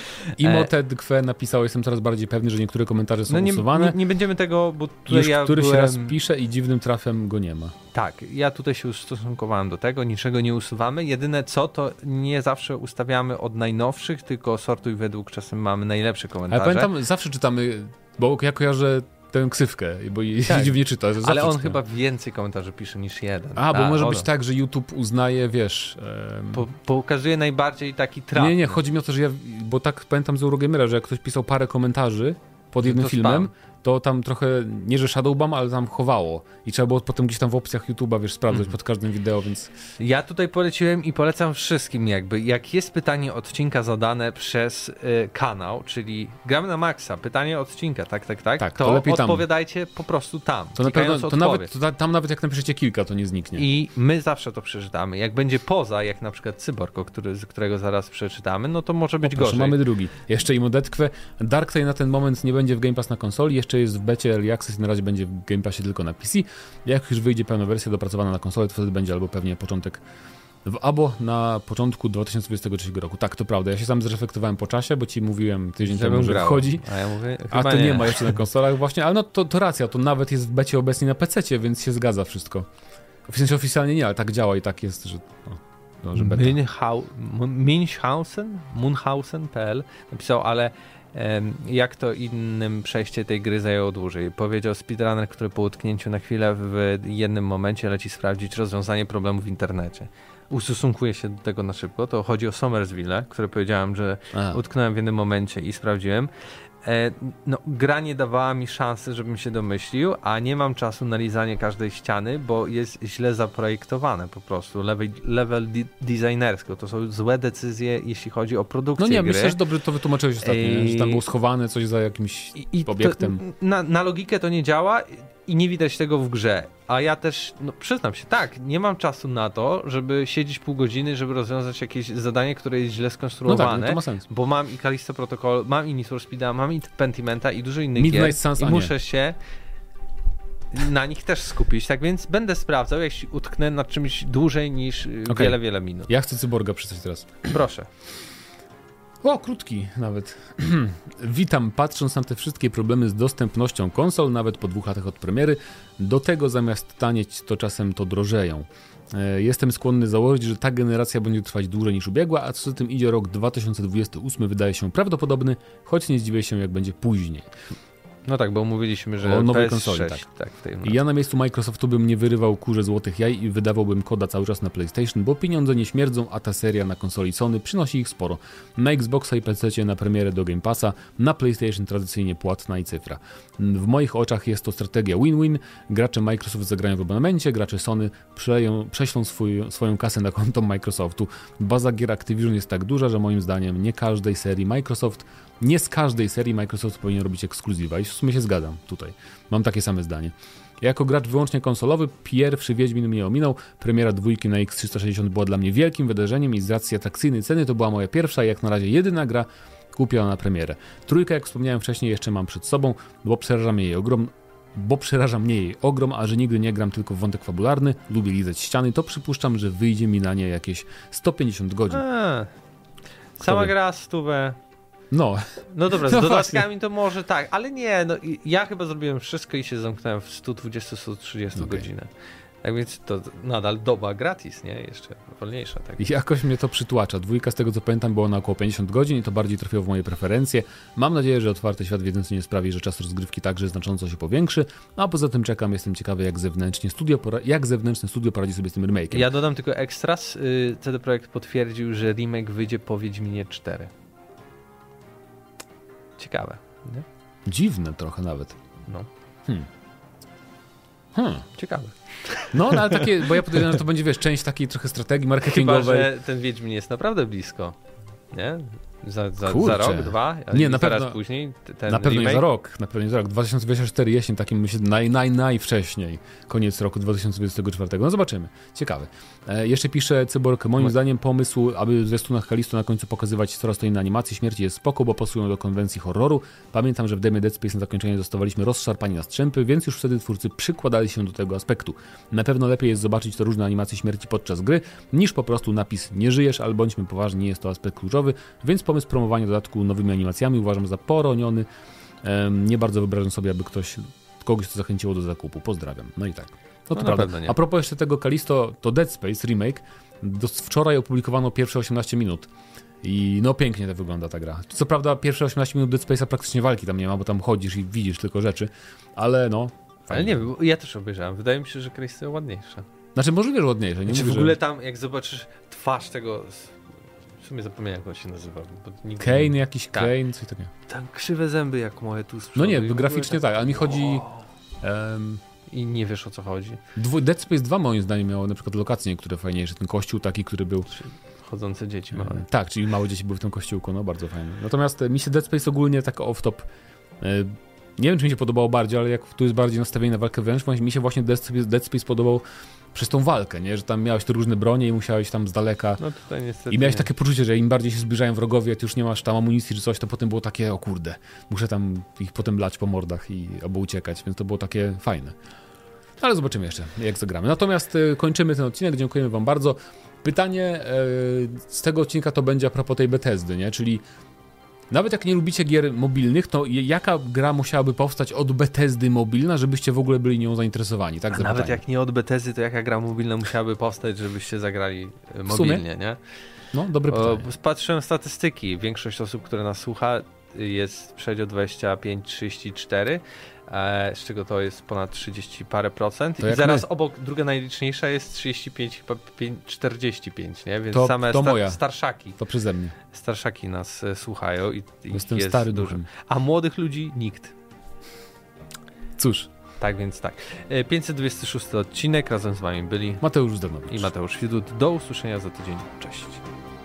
Imoted.kwe napisał, jestem coraz bardziej pewny, że niektóre komentarze są usuwane. Nie będziemy tego, bo tutaj któryś raz pisze i dziwnym trafem go nie ma. Tak, ja tutaj się ustosunkowałem do tego, niczego nie usuwamy. Jedyne co, to nie zawsze ustawiamy od najnowszych, tylko sortuj według, czasem mamy najlepsze komentarze. Ale pamiętam, zawsze czytamy, bo ja kojarzę tę ksywkę, bo się dziwnie czyta. Ale on chyba więcej komentarzy pisze niż jeden. Bo może być tak, że YouTube uznaje, wiesz... Pokazuje najbardziej taki trafny. Nie, chodzi mi o to, że bo tak pamiętam z Eurogamera, że jak ktoś pisał parę komentarzy pod jednym filmem, to tam trochę, nie że shadowban, ale tam chowało. I trzeba było potem gdzieś tam w opcjach YouTube'a, wiesz, sprawdzać pod każdym wideo, więc... Ja tutaj poleciłem i polecam wszystkim jakby, jak jest pytanie odcinka zadane przez kanał, czyli gramy na maksa, pytanie odcinka, tak, to odpowiadajcie tam. Po prostu tam. To tam nawet jak napiszecie kilka, to nie zniknie. I my zawsze to przeczytamy. Jak będzie poza, jak na przykład Cyborg, którego zaraz przeczytamy, no to może być gorzej. Mamy drugi. Jeszcze Imodetkwe. Darktide na ten moment nie będzie w Game Pass na konsoli, jeszcze jest w becie Early Access i na razie będzie w Game Passie tylko na PC. Jak już wyjdzie pełna wersja dopracowana na konsolę, to wtedy będzie albo pewnie początek w abo na początku 2023 roku. Tak, to prawda. Ja się sam zreflektowałem po czasie, bo ci mówiłem tydzień temu, że wchodzi. A ja mówię, a to nie ma jeszcze na konsolach właśnie, ale no to racja, to nawet jest w becie obecnie na PC-cie, więc się zgadza wszystko. W sensie oficjalnie nie, ale tak działa i tak jest, że... że beta. Munchausen.pl napisał, ale jak to innym przejście tej gry zajęło dłużej. Powiedział speedrunner, który po utknięciu na chwilę w jednym momencie leci sprawdzić rozwiązanie problemu w internecie. Ustosunkuję się do tego na szybko. To chodzi o Somersville, które powiedziałem, że utknąłem w jednym momencie i sprawdziłem. Gra nie dawała mi szansy, żebym się domyślił, a nie mam czasu na lizanie każdej ściany, bo jest źle zaprojektowane po prostu, level designersko. To są złe decyzje, jeśli chodzi o produkcję gry. Myślę, że dobrze to wytłumaczyłeś ostatnio, że tam było schowane coś za jakimś obiektem. Na logikę to nie działa i nie widać tego w grze. A ja też, przyznam się, nie mam czasu na to, żeby siedzieć pół godziny, żeby rozwiązać jakieś zadanie, które jest źle skonstruowane, to ma sens. Bo mam i Callisto Protocol, mam i Need for Speeda, mam i Pentimenta i dużo innych gier i muszę się na nich też skupić, tak więc będę sprawdzał, jeśli utknę nad czymś dłużej niż wiele minut. Ja chcę Cyborga przeczytać teraz. Proszę. O, krótki nawet. Witam, patrząc na te wszystkie problemy z dostępnością konsol, nawet po 2 latach od premiery, do tego zamiast tanieć, to czasem to drożeją. Jestem skłonny założyć, że ta generacja będzie trwać dłużej niż ubiegła, a co za tym idzie, rok 2028 wydaje się prawdopodobny, choć nie zdziwię się, jak będzie później. No tak, bo mówiliśmy, że o nowej PS6, konsoli, tak. I ja na miejscu Microsoftu bym nie wyrywał kurze złotych jaj i wydawałbym koda cały czas na PlayStation, bo pieniądze nie śmierdzą, a ta seria na konsoli Sony przynosi ich sporo. Na Xboxa i PC na premierę do Game Passa, na PlayStation tradycyjnie płatna i cyfra. W moich oczach jest to strategia win-win, gracze Microsoft zagrają w abonamencie, gracze Sony prześlą swoją kasę na konto Microsoftu. Baza gier Activision jest tak duża, że moim zdaniem nie z każdej serii Microsoft powinien robić ekskluzywa i w sumie się zgadzam tutaj. Mam takie same zdanie. Jako gracz wyłącznie konsolowy, pierwszy Wiedźmin mnie ominął, premiera 2 na X360 była dla mnie wielkim wydarzeniem i z racji atrakcyjnej ceny to była moja pierwsza i jak na razie jedyna gra kupiona na premierę. 3, jak wspomniałem wcześniej, jeszcze mam przed sobą, bo przeraża mnie jej ogrom, a że nigdy nie gram tylko w wątek fabularny, lubię lizać ściany, to przypuszczam, że wyjdzie mi na nie jakieś 150 godzin. Sama gra 100. No dobra, z dodatkami to może tak, ale nie, no ja chyba zrobiłem wszystko i się zamknąłem w 120-130 godzinach. Tak więc to nadal doba gratis, nie? Jeszcze wolniejsza. Tak. Jakoś mnie to przytłacza. 2, z tego co pamiętam, było na około 50 godzin i to bardziej trafiło w moje preferencje. Mam nadzieję, że otwarty świat wiedzący nie sprawi, że czas rozgrywki także znacząco się powiększy, a poza tym jestem ciekawy, jak zewnętrzne studio poradzi sobie z tym remake'iem. Ja dodam tylko ekstras. CD Projekt potwierdził, że remake wyjdzie po Wiedźminie 4. Ciekawe, nie? Dziwne trochę nawet. No. Ciekawe. No, ale takie, bo ja podejrzewam, że to będzie, część takiej trochę strategii marketingowej. Chyba, że ten Wiedźmin jest naprawdę blisko, nie? Za rok, 2, nie, na pewno, później ten na pewno remake? nie za rok, 2024 jesień, takim myślę najwcześniej, koniec roku 2024, no zobaczymy, ciekawe. Jeszcze pisze Cyborg, moim zdaniem pomysł, aby w zwiastunach Kalisto na końcu pokazywać coraz to inne animacje śmierci jest spoko, bo pasują do konwencji horroru. Pamiętam, że w demie Dead Space na zakończenie zostawaliśmy rozszarpani na strzępy, więc już wtedy twórcy przykładali się do tego aspektu. Na pewno lepiej jest zobaczyć to różne animacje śmierci podczas gry, niż po prostu napis nie żyjesz, ale bądźmy poważni, nie jest to aspekt kluczowy, więc pomysł promowania dodatku nowymi animacjami uważam za poroniony. Nie bardzo wyobrażam sobie, aby kogoś to zachęciło do zakupu. Pozdrawiam. No i tak. No to prawda. A propos jeszcze tego Kalisto, to Dead Space Remake. Wczoraj opublikowano pierwsze 18 minut. I no pięknie to wygląda ta gra. Co prawda pierwsze 18 minut Dead Space'a praktycznie walki tam nie ma, bo tam chodzisz i widzisz tylko rzeczy. Ale no... Ale nie wiem, ja też obejrzałem. Wydaje mi się, że Kalisto jest ładniejsza. Znaczy możliwe, że ładniejsze. Nie mówię, w ogóle tam, jak zobaczysz twarz tego... W sumie zapomniałem, jak on się nazywa. Kane, jakiś Kane, coś takiego. Tam krzywe zęby jak moje tu z przodu. No nie, graficznie tak, ale mi chodzi... I nie wiesz, o co chodzi. Dead Space 2 moim zdaniem miało na przykład lokacje niektóre fajniejsze. Ten kościół taki, który był... Chodzące dzieci małe. Tak, czyli małe dzieci były w tym kościółku, no bardzo fajnie. Natomiast mi się Dead Space ogólnie tak off-top... Nie wiem, czy mi się podobało bardziej, ale jak tu jest bardziej nastawienie na walkę wręcz, mi się właśnie Dead Space podobał przez tą walkę, nie? Że tam miałeś te różne bronie i musiałeś tam z daleka. No tutaj niestety i miałeś takie poczucie, że im bardziej się zbliżają wrogowie, jak ty już nie masz tam amunicji czy coś, to potem było takie, o kurde, muszę tam ich potem lać po mordach albo uciekać, więc to było takie fajne. Ale zobaczymy jeszcze, jak zagramy. Natomiast kończymy ten odcinek, dziękujemy wam bardzo. Pytanie z tego odcinka to będzie a propos tej Bethesdy, nie? Czyli nawet jak nie lubicie gier mobilnych, to jaka gra musiałaby powstać od Bethesdy mobilna, żebyście w ogóle byli nią zainteresowani? Tak, nawet jak nie od Bethesdy, to jaka gra mobilna musiałaby powstać, żebyście zagrali mobilnie, nie? No, dobre pytanie. Patrzyłem statystyki. Większość osób, które nas słucha, jest w przedział 25-34, z czego to jest ponad 30 parę procent. I zaraz obok druga najliczniejsza jest 35, chyba 45, nie? Więc to, same starszaki. To przeze mnie. Starszaki nas słuchają i jestem stary dużym. A młodych ludzi nikt. Cóż. Tak więc tak. 526 odcinek, razem z wami byli Mateusz Zdanowicz i Mateusz Widut. Do usłyszenia za tydzień. Cześć.